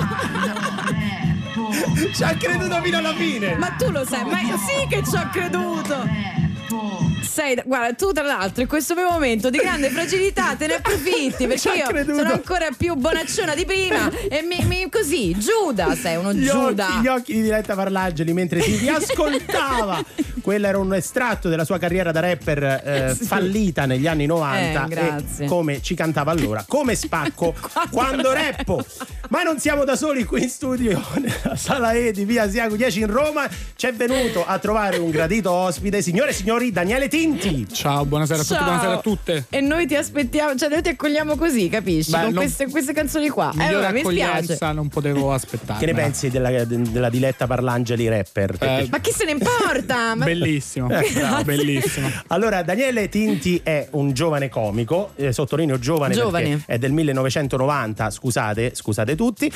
Ci ha creduto fino alla fine. Ma tu lo sai, ma sì che ci ho creduto. Guarda, tu tra l'altro in questo mio momento di grande fragilità te ne approfitti, perché io sono ancora più bonacciona di prima e mi così, Giuda, sei uno Giuda. Gli occhi di Diletta Parlangeli mentre si ascoltava. Quello era un estratto della sua carriera da rapper fallita negli anni 90 grazie. E come ci cantava allora, come spacco quando rappo. Ma non siamo da soli qui in studio nella sala E di via Asiago 10 in Roma. Ci è venuto a trovare un gradito ospite, signore e signori, Daniele Tinti. Ciao, buonasera a tutti, buonasera a tutte. E noi ti aspettiamo, cioè noi ti accogliamo così, capisci? Con queste canzoni qua. Migliore mi accoglienza non potevo aspettare. Che ne pensi della Diletta Parlangeli rapper? Ma chi se ne importa? Bellissimo, bellissimo. Allora, Daniele Tinti è un giovane comico, sottolineo giovane. Perché è del 1990, scusate tutti.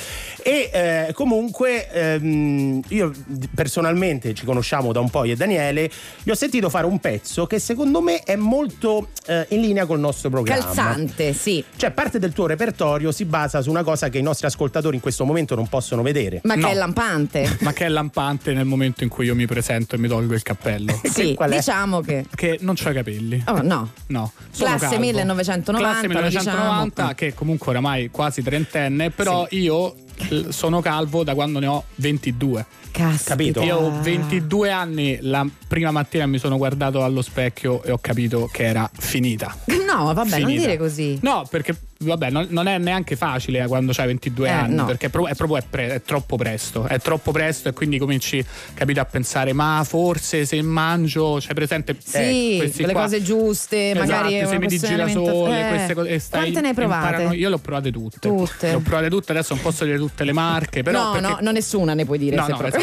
E comunque io personalmente ci conosciamo da un po', io e Daniele, gli ho sentito fare un pezzo che secondo me è molto in linea col nostro programma. Calzante, sì. Cioè parte del tuo repertorio si basa su una cosa che i nostri ascoltatori in questo momento non possono vedere. Ma che è lampante. Ma che è lampante nel momento in cui io mi presento e mi tolgo il cappello. Sì, diciamo che non c'ho i capelli. Oh, no. Sono classe calvo. 1990. Classe 1990, diciamo. che comunque oramai quasi trentenne, però io sono calvo da quando ne ho 22. Capito? Io ho 22 anni, la prima mattina mi sono guardato allo specchio e ho capito che era finita. No, vabbè, non dire così. No, perché vabbè, non è neanche facile quando c'hai 22 anni, no. Perché è troppo presto. È troppo presto e quindi cominci, capito, a pensare, ma forse se mangio, c'è presente le cose giuste, magari i semi di girasole, queste cose. Quante ne hai provate? Io le ho provate tutte. Le ho provate tutte, adesso non posso dire tutte le marche, però no, nessuna ne puoi dire.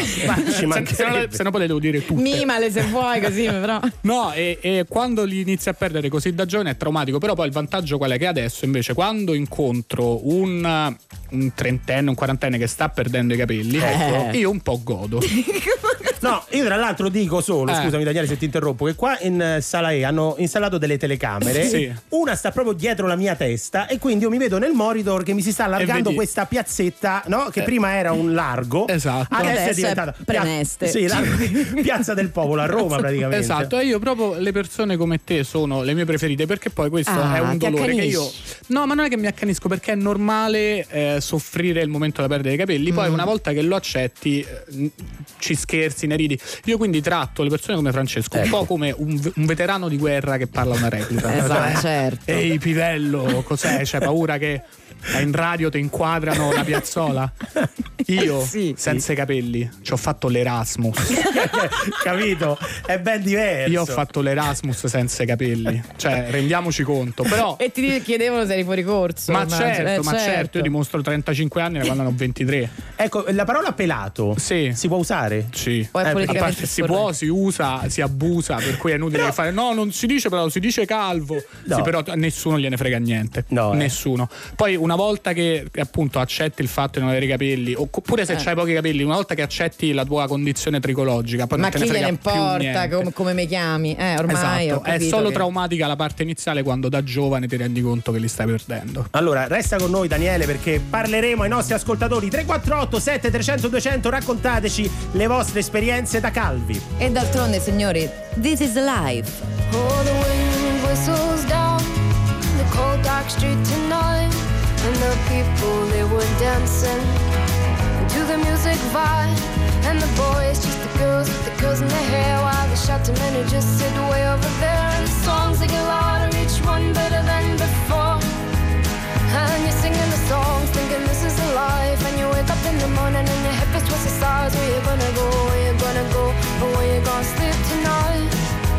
Se no poi le devo dire tutte. Mimale se vuoi, così però. No, e quando li inizi a perdere così da giovane è traumatico, però poi il vantaggio qual è? Che adesso invece quando incontro un trentenne, un quarantenne che sta perdendo i capelli, io un po' godo. No, io tra l'altro dico solo, scusami Daniele se ti interrompo, che qua in sala E hanno installato delle telecamere. Sì. Una sta proprio dietro la mia testa e quindi io mi vedo nel monitor che mi si sta allargando questa piazzetta, no? Che prima era un largo. Esatto. Adesso è diventata Preneste. Piazza del Popolo a Roma praticamente. Esatto, e io proprio le persone come te sono le mie preferite, perché poi questo è un dolore che io... No, ma non è che mi accanisco, perché è normale soffrire il momento della perdita dei capelli. Poi una volta che lo accetti ci scherzi, ne ridi. Io quindi tratto le persone come Francesco, un po' come un veterano di guerra che parla una replica. Esatto, certo. Ehi Pivello, cos'è? C'hai paura che in radio ti inquadrano la piazzola? Io senza i capelli ci ho fatto l'Erasmus. Capito? È ben diverso. Io ho fatto l'Erasmus senza i capelli, cioè rendiamoci conto. Però e ti chiedevano se eri fuori corso. Ma certo, io dimostro 35 anni da quando ne ho 23. Ecco, la parola pelato si può usare? Sì. Si può, si usa, si abusa, per cui è inutile fare. No, non si dice però, si dice calvo. No. Sì, però a nessuno gliene frega niente. No, nessuno. Poi una volta che appunto accetti il fatto di non avere i capelli, oppure se c'hai pochi capelli, una volta che accetti la tua condizione tricologica, poi non te ne frega più niente. Ma chi gliene importa come mi chiami? Ormai esatto. È solo traumatica la parte iniziale, quando da giovane ti rendi conto che li stai perdendo. Allora resta con noi Daniele, perché parleremo ai nostri ascoltatori 348 7300 200. Raccontateci le vostre esperienze da calvi. E d'altronde, signori, this is life. Oh, the wind whistles down the cold dark street tonight, and the people, they were dancing to the music vibe, and the boys just the girls with the curls in their hair, while the shouting men who just sit way over there. And the songs they get louder, each one better than before, and you're singing the songs thinking this is the life, and you wake up in the morning and your hip is twisted sides. Where you gonna go, where you gonna go, or where you gonna sleep tonight?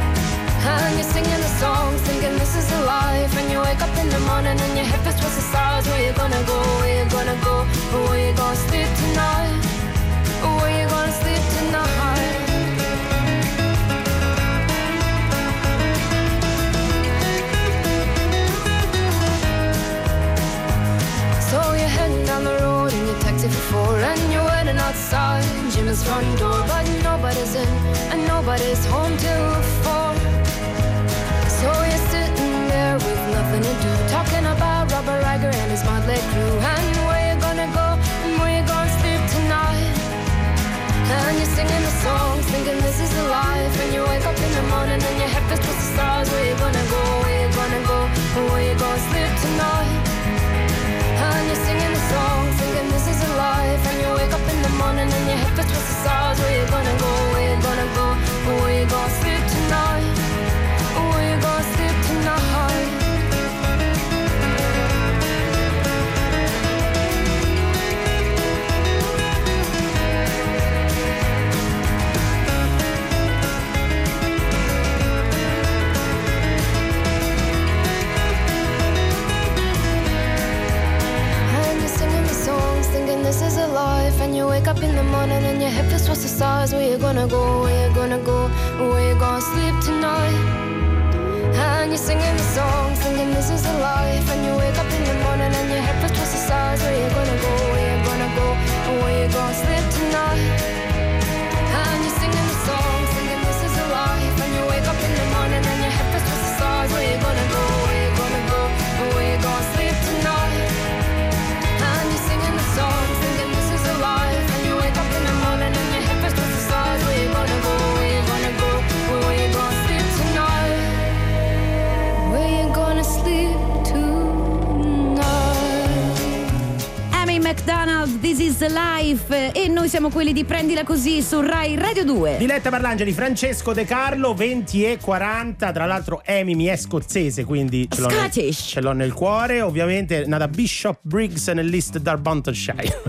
And you're singing the songs thinking this is the life, and you wake up in the morning and your hip is twisted sides. Where you gonna go, where you gonna go, or where you gonna sleep tonight, or where you gonna sleep tonight? his front door, but nobody's in and nobody's home till 4. So you're sitting there with nothing to do, talking about Robert Riger and his motley crew, and where you gonna go and where you gonna sleep tonight. And you're singing the songs, thinking this is the life, and you wake up in the morning and your head feels towards the stars. Where you gonna go, where you gonna go, and where you gonna sleep tonight. And you're singing the songs, thinking this is a life, and you wake up in the morning and your head feels towards the stars. Where you gonna go, where you gonna go, and where you gonna sleep tonight. Where you gonna sleep tonight. This is a life, and you wake up in the morning and your head feels towards the stars. Where you gonna go, where you gonna go, where you gonna sleep tonight. And you're singing the song, thinking this is a life, and you wake up in the morning and your head feels towards the stars. Where you gonna go, where you gonna go, where you gonna sleep tonight. And you're singing the song, thinking this is a life, and you wake up in the morning and your head feels towards the stars. Where you gonna go, where you gonna go, where you gonna sleep tonight. And you're singing the song, thinking this is a life, and you wake up in the morning and your head feels towards the stars. Where you gonna go, where you gonna go, where you gonna sleep tonight. Where you gonna sleep tonight. Amy McDonald, This is Life, e noi siamo quelli di Prendila Così su Rai Radio 2. Diletta Parlangeli, Francesco De Carlo, 20:40. Tra l'altro Amy mi è scozzese, quindi ce l'ho nel cuore. Ovviamente nata Bishop Briggs nell'East Darbantonshire.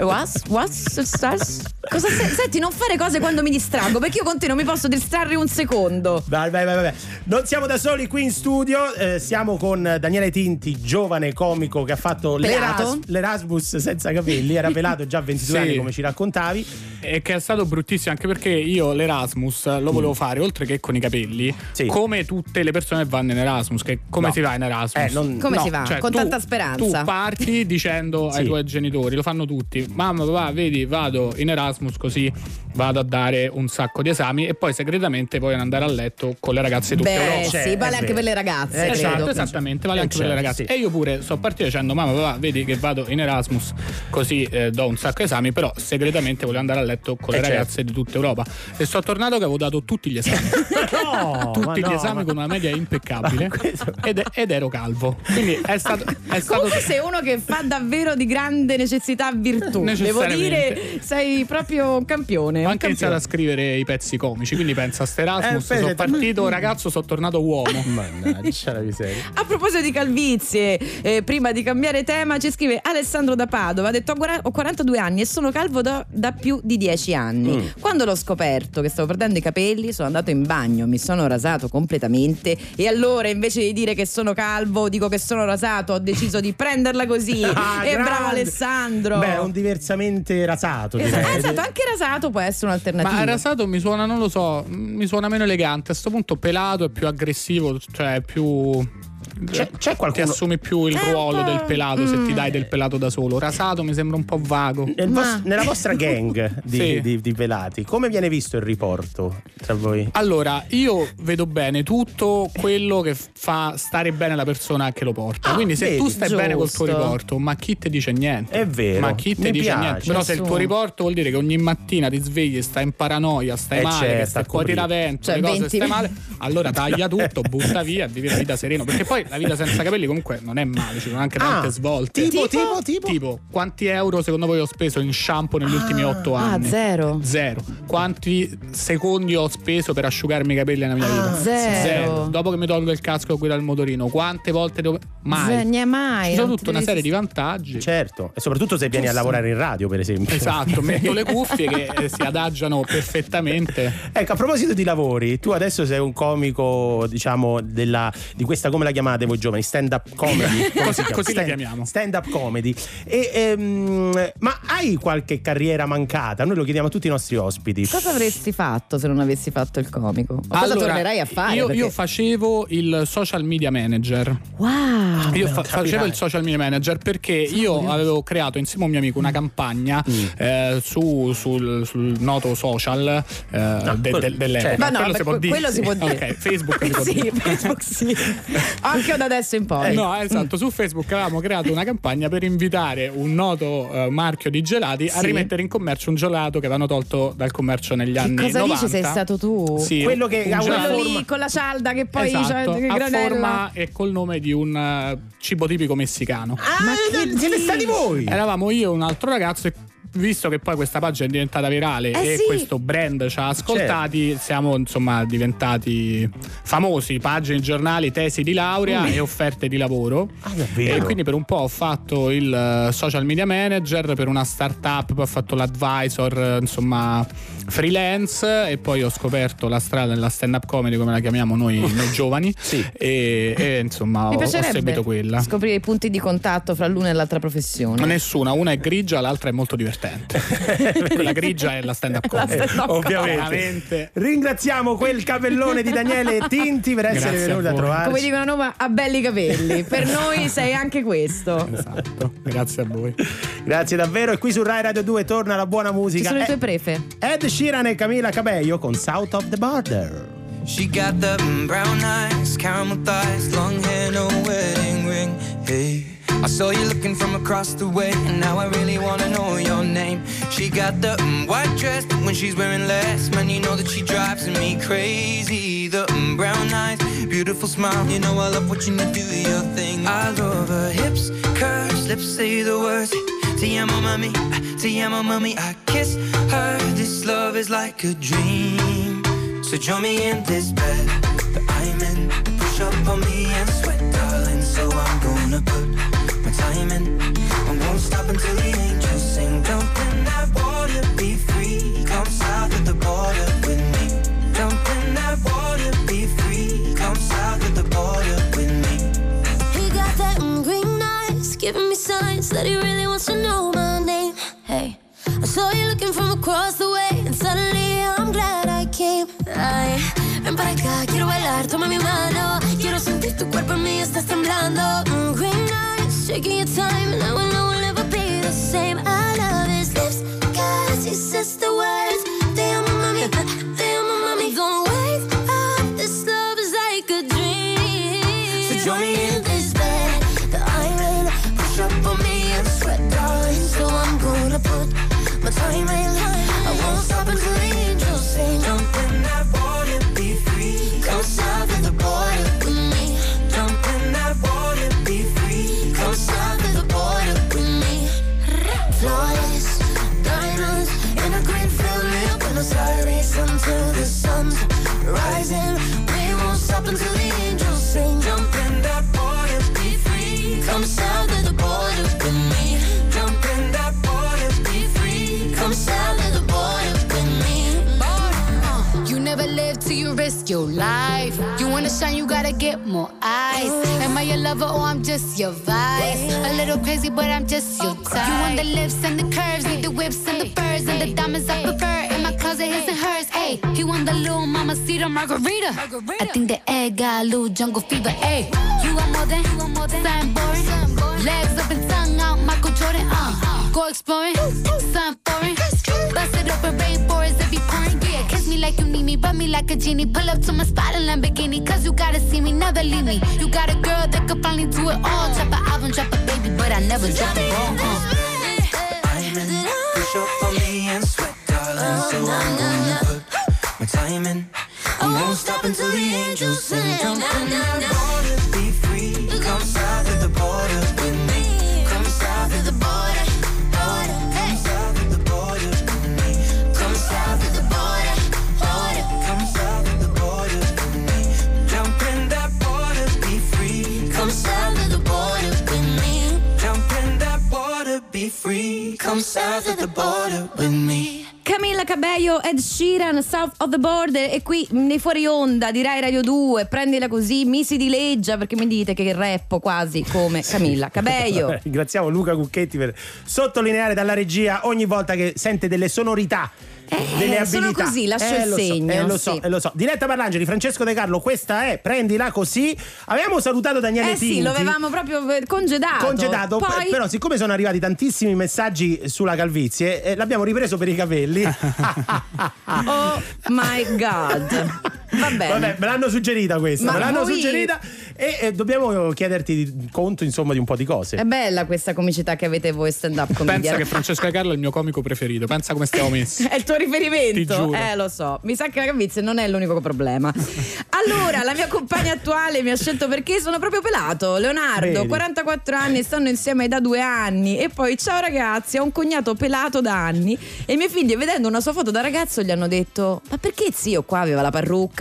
Cosa senti, non fare cose quando mi distraggo, perché io con te non mi posso distrarre un secondo. Vai. Non siamo da soli qui in studio, siamo con Daniele Tinti, giovane comico che ha fatto l'Erasmus senza capelli. Era pelato già a 22 anni, come ci raccontavi. E che è stato bruttissimo, anche perché io l'Erasmus lo volevo fare, oltre che con i capelli, come tutte le persone che vanno in Erasmus. Che come si va in Erasmus? Si va? Con tanta speranza. Tu parti dicendo ai tuoi genitori, lo fanno tutti: mamma, papà, vedi, vado in Erasmus, così vado a dare un sacco di esami, e poi segretamente vogliono andare a letto con le ragazze di tutta Europa. Sì, vale anche per le ragazze. Esattamente, vale anche per le ragazze. E io pure sono partito dicendo: mamma, papà, vedi che vado in Erasmus, così do un sacco di esami, però segretamente volevo andare a letto con le ragazze di tutta Europa. E sono tornato che avevo dato tutti gli esami. Tutti gli esami con una media impeccabile, ed ero calvo. Quindi è stato comunque sei uno che fa davvero di grande necessità virtù. Devo dire, sei proprio un campione. Ho anche iniziato a scrivere i pezzi comici, quindi pensa a ste Erasmus, sono partito ragazzo, sono tornato uomo. Mannaggia la miseria. A proposito di calvizie, prima di cambiare tema ci scrive Alessandro da Padova, ha detto: ho 42 anni e sono calvo da più di 10 anni. Quando l'ho scoperto che stavo perdendo i capelli, sono andato in bagno, mi sono rasato completamente, e allora invece di dire che sono calvo dico che sono rasato. Ho deciso di prenderla così. E bravo Alessandro. Beh, un diversamente rasato, direi. Esatto, anche rasato può essere un'alternativa. Ma rasato mi suona, non lo so, mi suona meno elegante. A sto punto pelato è più aggressivo, cioè è più... C'è qualcuno... Ti assumi più il ruolo del pelato se ti dai del pelato da solo. Rasato mi sembra un po' vago. Nella vostra gang di pelati, come viene visto il riporto tra voi? Allora, io vedo bene tutto quello che fa stare bene la persona che lo porta. Quindi se tu stai bene col tuo riporto, ma chi ti dice niente? È vero. Ma chi ti dice niente? Però se il tuo riporto vuol dire che ogni mattina ti svegli e stai in paranoia, stai male, che stai qua a tiravento, le cose stai male, allora taglia tutto, butta via e vivi la vita sereno. Perché poi la vita senza capelli comunque non è male, ci sono anche tante svolte. Tipo quanti euro secondo voi ho speso in shampoo negli ultimi 8 anni? Zero. Quanti secondi ho speso per asciugarmi i capelli nella mia vita? Zero. Dopo che mi tolgo il casco e guido il motorino, quante volte devo... Mai. Ci sono tutta una serie di vantaggi. Certo, e soprattutto se vieni a lavorare in radio, per esempio. Esatto, metto le cuffie che si adagiano perfettamente. Ecco, a proposito di lavori, tu adesso sei un comico, diciamo, di questa, come la chiamate chiamate voi giovani, stand up comedy, così la chiamiamo. Stand up comedy. Ma hai qualche carriera mancata? Noi lo chiediamo a tutti i nostri ospiti. Cosa avresti fatto se non avessi fatto il comico? O cosa tornerai a fare? Io facevo il social media manager. Wow! Io facevo il social media manager perché io avevo creato insieme a un mio amico una campagna sul noto social dell'epoca. Ma no, quello si può dire. Okay, Facebook si può dire. Facebook sì. Anche da adesso in poi. No, esatto, su Facebook avevamo creato una campagna per invitare un noto marchio di gelati a rimettere in commercio un gelato che avevano tolto dal commercio negli anni 90. Cosa dici, sei stato tu? Sì, quello che ha una forma lì con la cialda che poi esatto, c'è a forma e col nome di un cibo tipico messicano. Ma che siete stati voi? Eravamo io e un altro ragazzo e visto che poi questa pagina è diventata virale questo brand ci ha ascoltati, siamo insomma diventati famosi, pagine, giornali, tesi di laurea e offerte di lavoro. E quindi per un po' ho fatto il social media manager per una startup, poi ho fatto l'advisor, insomma freelance, e poi ho scoperto la strada della stand up comedy, come la chiamiamo noi giovani, e insomma ho seguito quella. Scoprire i punti di contatto fra l'una e l'altra professione. Nessuna, una è grigia, l'altra è molto divertente. Quella grigia è la stand up comedy, ovviamente. Ringraziamo quel capellone di Daniele Tinti per essere venuto a trovarci. Come dicono a Roma, ha belli capelli. Per noi sei anche questo. Esatto, grazie a voi. Grazie davvero. E qui su Rai Radio 2 torna la buona musica. Ci sono i tuoi prefe. Ed Sheeran e Camila Cabello con South of the Border. She got the brown eyes, caramel thighs, long hair, no wedding ring. Hey, I saw you looking from across the way, and now I really wanna know your name. She got the white dress, but when she's wearing less, man, you know that she drives me crazy. The brown eyes, beautiful smile, you know I love watching you do your thing. I love her hips, curves, lips say the words. Te amo mami, I kiss her. This love is like a dream. So join me in this bed that I'm in. Push up on me and sweat, darling. So I'm gonna put my time in. I won't stop until the angels sing. Jump in that water, be free. Come south of the border with me. Jump in that water, be free. Come south of the border with me. He got that green eyes, giving me signs that he really wants to know my name. Hey, I saw you looking from across the way, and suddenly I'm glad I came. Ay, ven para acá, quiero bailar, toma mi mano. Quiero sentir tu cuerpo en mí, estás temblando. Green eyes, shaking your time, and I will know we'll never be the same. I love his lips, cause he says the words. Te amo mami, te amo mami. Don't wake up, this love is like a dream. So join me in this bed that I'm in. Push up on me and sweat, darling. So I'm gonna put my time in. I won't stop until the angels sing. Jump in that water, be free. Come south of the border with me. Jump in that water, be free. Come south of the border with me. Flawless diamonds in a green field, real Buenos Aires until the sun's rising. We won't stop until the angels sing. Jump in that water, be free. Come south of the border with me. Jump in that water, be free. Come south of the border with me. You never live till you risk your life. You wanna shine, you gotta get more eyes. Am I your lover or I'm just your vice? A little crazy, but I'm just your type. You want the lips and the curves, need the whips and the furs and the diamonds I prefer. In my closet, his and hers. Hey, he want the little mamacita margarita. I think the egg got a little jungle fever. Hey, you want more than something boring. Legs up and tongue out, Michael Jordan. Go exploring, something foreign. Bust it open, rainforest if you pouring. Yeah, kiss me like you need me, rub me like a genie. Pull up to my spot in Lamborghini, cause you gotta see me, never leave me. You got a girl that could finally do it all. Drop an album, drop a baby, but I never drop a ball. Push up on me and sweat, darling. So I'm gonna put my time in. I won't stop until the angels sing. Jump in that water, be free. Come south of the border with me. Come south of the border, border. Come south of the border with me. Come south of the border, border. Come south of the border with me. Jump in that water, be free. Come south of the border with me. Jump in that water, be free. Come south of the border with me. Camila Camilla Cabello, Ed Sheeran, South of the Border. E qui nei fuori onda di Rai Radio 2, prendila così, mi si dileggia perché mi dite che rappo quasi come Camilla Cabello. Ringraziamo Luca Cucchetti per sottolineare dalla regia ogni volta che sente delle sonorità, delle abilità. Sono così, lascio il segno. Lo so. Diretta Parlangeli, Francesco De Carlo, questa è Prendila Così. Avevamo salutato Daniele Tinti. Sì, lo avevamo proprio congedato. Poi... Però siccome sono arrivati tantissimi messaggi sulla calvizie, l'abbiamo ripreso per i capelli. Oh my God. Va bene. Vabbè, me l'hanno suggerita questa, suggerita e dobbiamo chiederti conto insomma di un po' di cose. È bella questa comicità che avete voi stand up comedian. Pensa che Francesco De Carlo è il mio comico preferito, pensa come stiamo messi. È il tuo riferimento? Ti giuro. Lo so, mi sa che la calvizie non è l'unico problema. Allora, la mia compagna attuale mi ha scelto perché sono proprio pelato. Leonardo, Vedi. 44 anni, stanno insieme da 2 anni. E poi, ciao ragazzi, ho un cognato pelato da anni. E i miei figli, vedendo una sua foto da ragazzo, gli hanno detto: ma perché zio qua aveva la parrucca?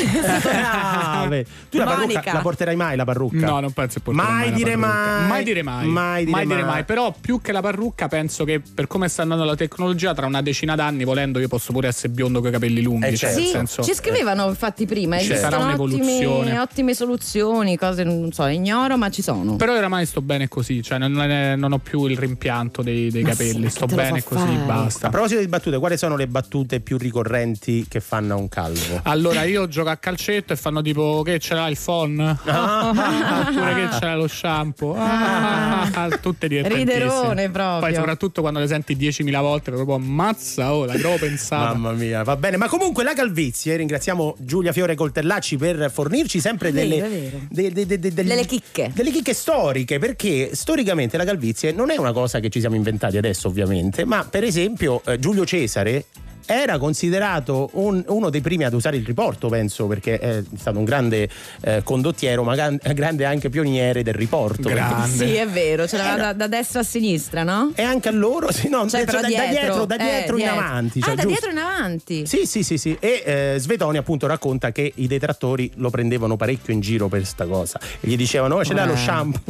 Tu la parrucca la porterai mai la parrucca? No, non penso che porterò mai dire mai. Mai dire mai. Però più che la parrucca penso che per come sta andando la tecnologia, tra una decina d'anni, volendo, io posso pure essere biondo con i capelli lunghi. Certo. Sì, nel senso, ci scrivevano infatti prima, sarà un'evoluzione. Ottime soluzioni, cose non so, ignoro, ma ci sono. Però oramai sto bene così, cioè non ho più il rimpianto dei capelli, sì, sto che te lo bene fa così, fare? basta. A proposito di battute, quali sono le battute più ricorrenti che fanno a un calvo? Allora, io gioco a calcetto e fanno tipo: che ce l'ha il phon? Oppure che ce l'ha lo shampoo? Tutte divertentissime. Riderone proprio. Poi soprattutto quando le senti 10.000 volte, proprio ammazza, l'avevo pensata. Mamma mia, va bene. Ma comunque la calvizie, ringraziamo Giulia Fiore Coltellacci per fornirci sempre delle chicche. Delle chicche storiche, perché storicamente la calvizie non è una cosa che ci siamo inventati adesso ovviamente, ma per esempio Giulio Cesare era considerato uno dei primi ad usare il riporto, penso, perché è stato un grande condottiero, ma grande anche pioniere del riporto. Grande. Sì, è vero, ce l'aveva da destra a sinistra, no? E anche a loro, sì, no, cioè, da dietro in avanti. Cioè, da dietro in avanti. Sì. E Svetoni appunto racconta che i detrattori lo prendevano parecchio in giro per sta cosa e gli dicevano: ce l'ha lo shampoo.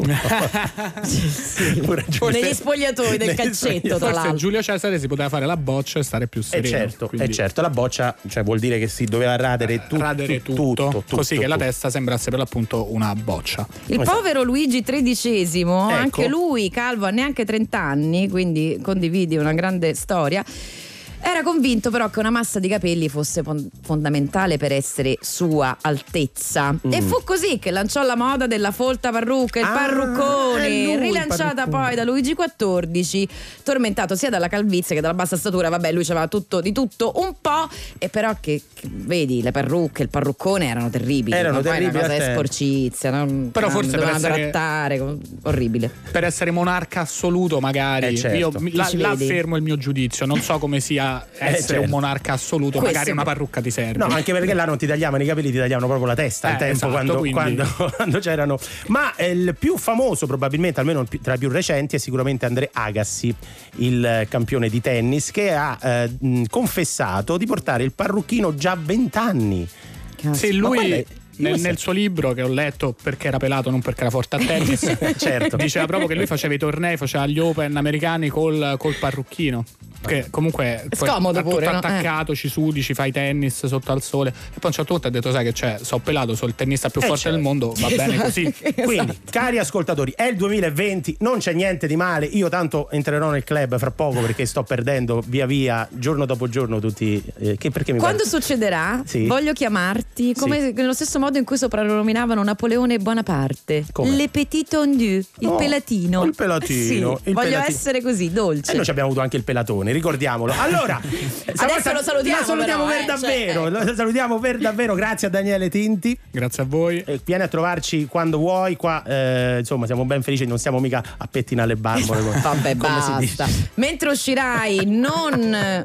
Sì. Negli spogliatoi del calcetto, tra Forse l'altro. Giulio Cesare si poteva fare la boccia e stare più sereno. Certo, la boccia, cioè, vuol dire che si doveva radere tutto, così che la testa sembrasse per l'appunto una boccia. Il povero Luigi XIII, Ecco. anche lui calvo a neanche 30 anni, quindi condividi una grande storia. Era convinto però che una massa di capelli fosse fondamentale per essere sua altezza. E fu così che lanciò la moda della folta parrucca, il parruccone, rilanciata poi da Luigi XIV, tormentato sia dalla calvizie che dalla bassa statura. Vabbè, lui c'aveva tutto di tutto un po', e però che vedi, le parrucche, il parruccone erano terribili. Erano terribili, poi una cosa sporcizia, no? Però forse per essere trattare orribile. Per essere monarca assoluto, magari certo. Io la affermo il mio giudizio. Non so come sia essere certo. un monarca assoluto. Questo magari una parrucca ti serve. No, anche perché là non ti tagliavano i capelli, ti tagliavano proprio la testa al tempo, esatto, quando c'erano. Ma il più famoso, probabilmente, almeno tra i più recenti, è sicuramente André Agassi, il campione di tennis, che ha confessato di portare il parrucchino già a 20 anni. Sì, lui nel suo libro, che ho letto perché era pelato, non perché era forte a tennis, certo, diceva proprio che lui faceva i tornei, faceva gli open americani col parrucchino. Che comunque scomodo tutto pure, attaccato, ci sudi, ci fai tennis sotto al sole. E poi a un certo punto ha detto: sai che c'è, so pelato, sono il tennista più forte del mondo, va bene così. Quindi, cari ascoltatori, è il 2020, non c'è niente di male. Io tanto entrerò nel club fra poco perché sto perdendo via giorno dopo giorno tutti. Quando succederà, voglio chiamarti come nello stesso modo in cui soprannominavano Napoleone Bonaparte. Come? Le petit tondu, il pelatino. Il pelatino. Sì, voglio essere così, dolce. E noi abbiamo avuto anche il pelatone, ricordiamolo. Allora, adesso lo salutiamo per davvero. Lo salutiamo per davvero. Grazie a Daniele Tinti. Grazie a voi. Vieni a trovarci quando vuoi. Qua, insomma, siamo ben felici. Non stiamo mica a pettinare le barbole. Vabbè, basta. Mentre uscirai, non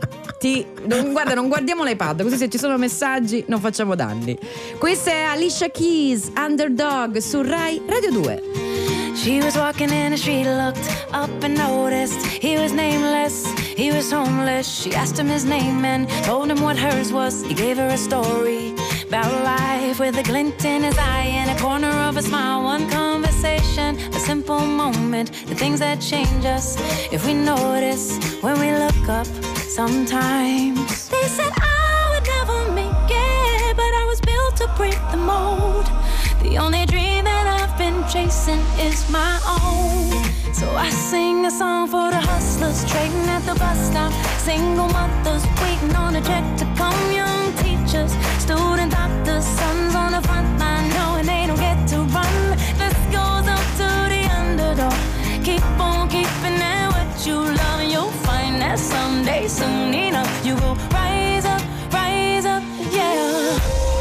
guardiamo l'iPad, così se ci sono messaggi non facciamo danni. Questa è Alicia Keys, Underdog, su Rai Radio 2. She was walking in the street, looked up and noticed he was nameless, he was homeless. She asked him his name and told him what hers was. He gave her a story about life with a glint in his eye and a corner of a smile. One conversation, a simple moment, the things that change us if we notice when we look up. sometimes. They said I would never make it, but I was built to break the mold. The only dream that I've been chasing is my own. So I sing a song for the hustlers trading at the bus stop, single mothers waiting on a check to come, young teachers, student doctors, sons on the front line knowing they don't get to run. This goes up to the underdog. Keep on keeping it what you love, and you'll find that someday, soon enough, you will rise up, yeah.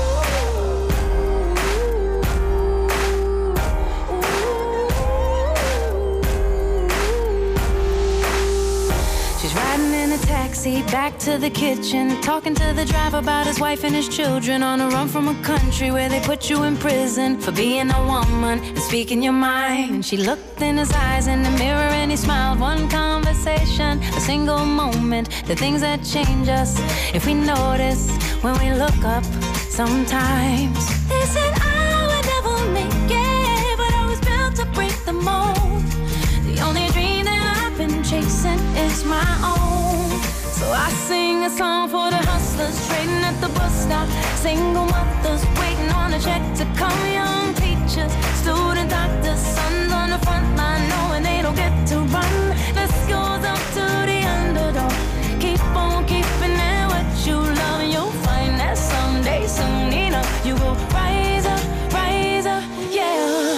She's riding in a taxi back to the kitchen, talking to the driver about his wife and his children, on a run from a country where they put you in prison for being a woman and speaking your mind. And she looked in his eyes in the mirror and he smiled. One conversation, a single moment, the things that change us if we notice when we look up sometimes. They said I would never make it, but I was built to break the mold. The only dream that I've been chasing is my own. So I sing a song for the hustlers trading at the bus stop, single mothers waiting on a check to come, young teachers, student doctors, sons on the front line knowing they don't get to run. This goes up to the underdog. Keep on keeping it what you love, and you'll find that someday, soon enough, you will rise up, yeah.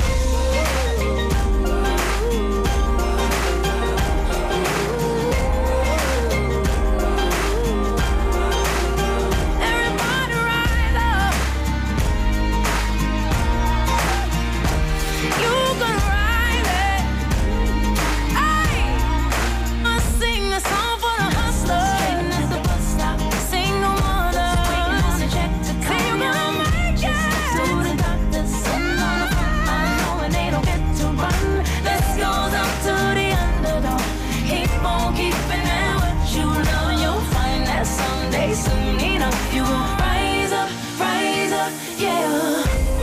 Soon enough, you will rise up, yeah.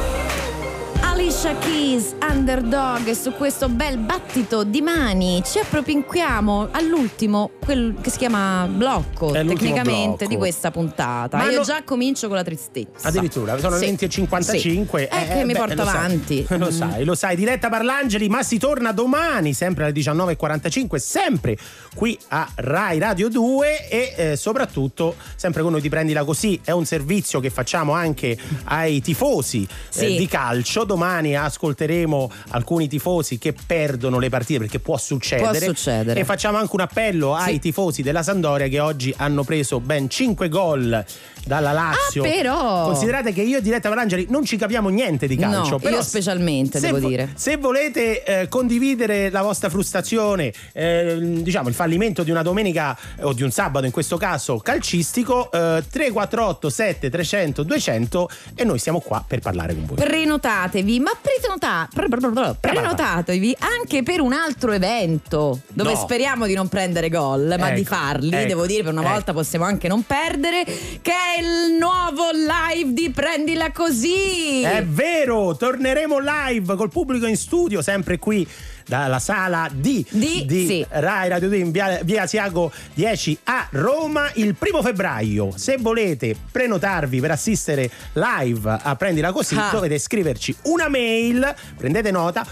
Alicia Keys, Underdog, e su questo bel battito di mani ci appropinquiamo all'ultimo, quel che si chiama blocco tecnicamente blocco di questa puntata. Ma io già comincio con la tristezza. Addirittura sono le 20:55. Che mi porto avanti. Lo sai, Diletta Parlangeli, ma si torna domani sempre alle 19:45, sempre qui a Rai Radio 2 e soprattutto sempre con noi ti Prendila Così. È un servizio che facciamo anche ai tifosi di calcio. Domani ascolteremo alcuni tifosi che perdono le partite, perché può succedere. E facciamo anche un appello ai tifosi della Sampdoria che oggi hanno preso ben 5 gol dalla Lazio. Però considerate che io e Diletta Parlangeli non ci capiamo niente di calcio. No, però io specialmente devo dire. Se volete condividere la vostra frustrazione, diciamo il fallimento di una domenica o di un sabato in questo caso calcistico, 348 7300 200 e noi siamo qua per parlare con voi. Prenotatevi, ma prenotatevi anche per un altro evento dove speriamo di non prendere gol, ma di farli. Devo dire, per una volta possiamo anche non perdere, che è il nuovo live di Prendila Così. È vero, torneremo live col pubblico in studio, sempre qui dalla sala di Rai Radio 2 in via Asiago 10 a Roma il 1 febbraio. Se volete prenotarvi per assistere live a Prendila Così dovete scriverci una mail, prendete nota,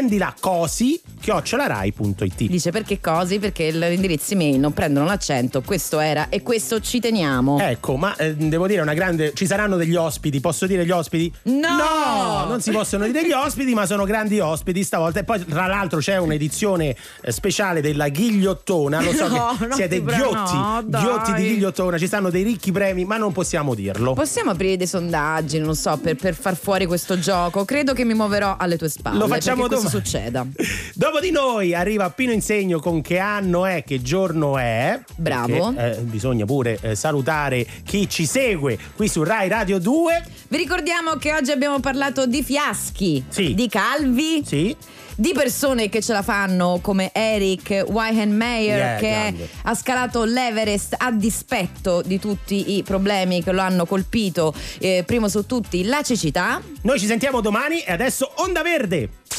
prendilacosi@rai.it. Dice perché cosi? Perché l'indirizzo email non prendono l'accento, questo era e questo ci teniamo. Ecco, ma devo dire una grande, ci saranno degli ospiti, posso dire gli ospiti? No, non si possono dire gli ospiti, ma sono grandi ospiti stavolta. E poi tra l'altro c'è un'edizione speciale della Ghigliottona. Lo so che siete ghiotti di Ghigliottona, ci stanno dei ricchi premi, ma non possiamo dirlo. Possiamo aprire dei sondaggi, non so, per far fuori questo gioco. Credo che mi muoverò alle tue spalle. Lo facciamo dopo. Questo succeda. Dopo di noi arriva Pino Insegno con Che anno è, che giorno è. Bravo. Perché, bisogna pure salutare chi ci segue qui su Rai Radio 2. Vi ricordiamo che oggi abbiamo parlato di fiaschi, di calvi, di persone che ce la fanno come Eric Weihenmayer, che ha scalato l'Everest a dispetto di tutti i problemi che lo hanno colpito, primo su tutti la cecità. Noi ci sentiamo domani e adesso Onda Verde.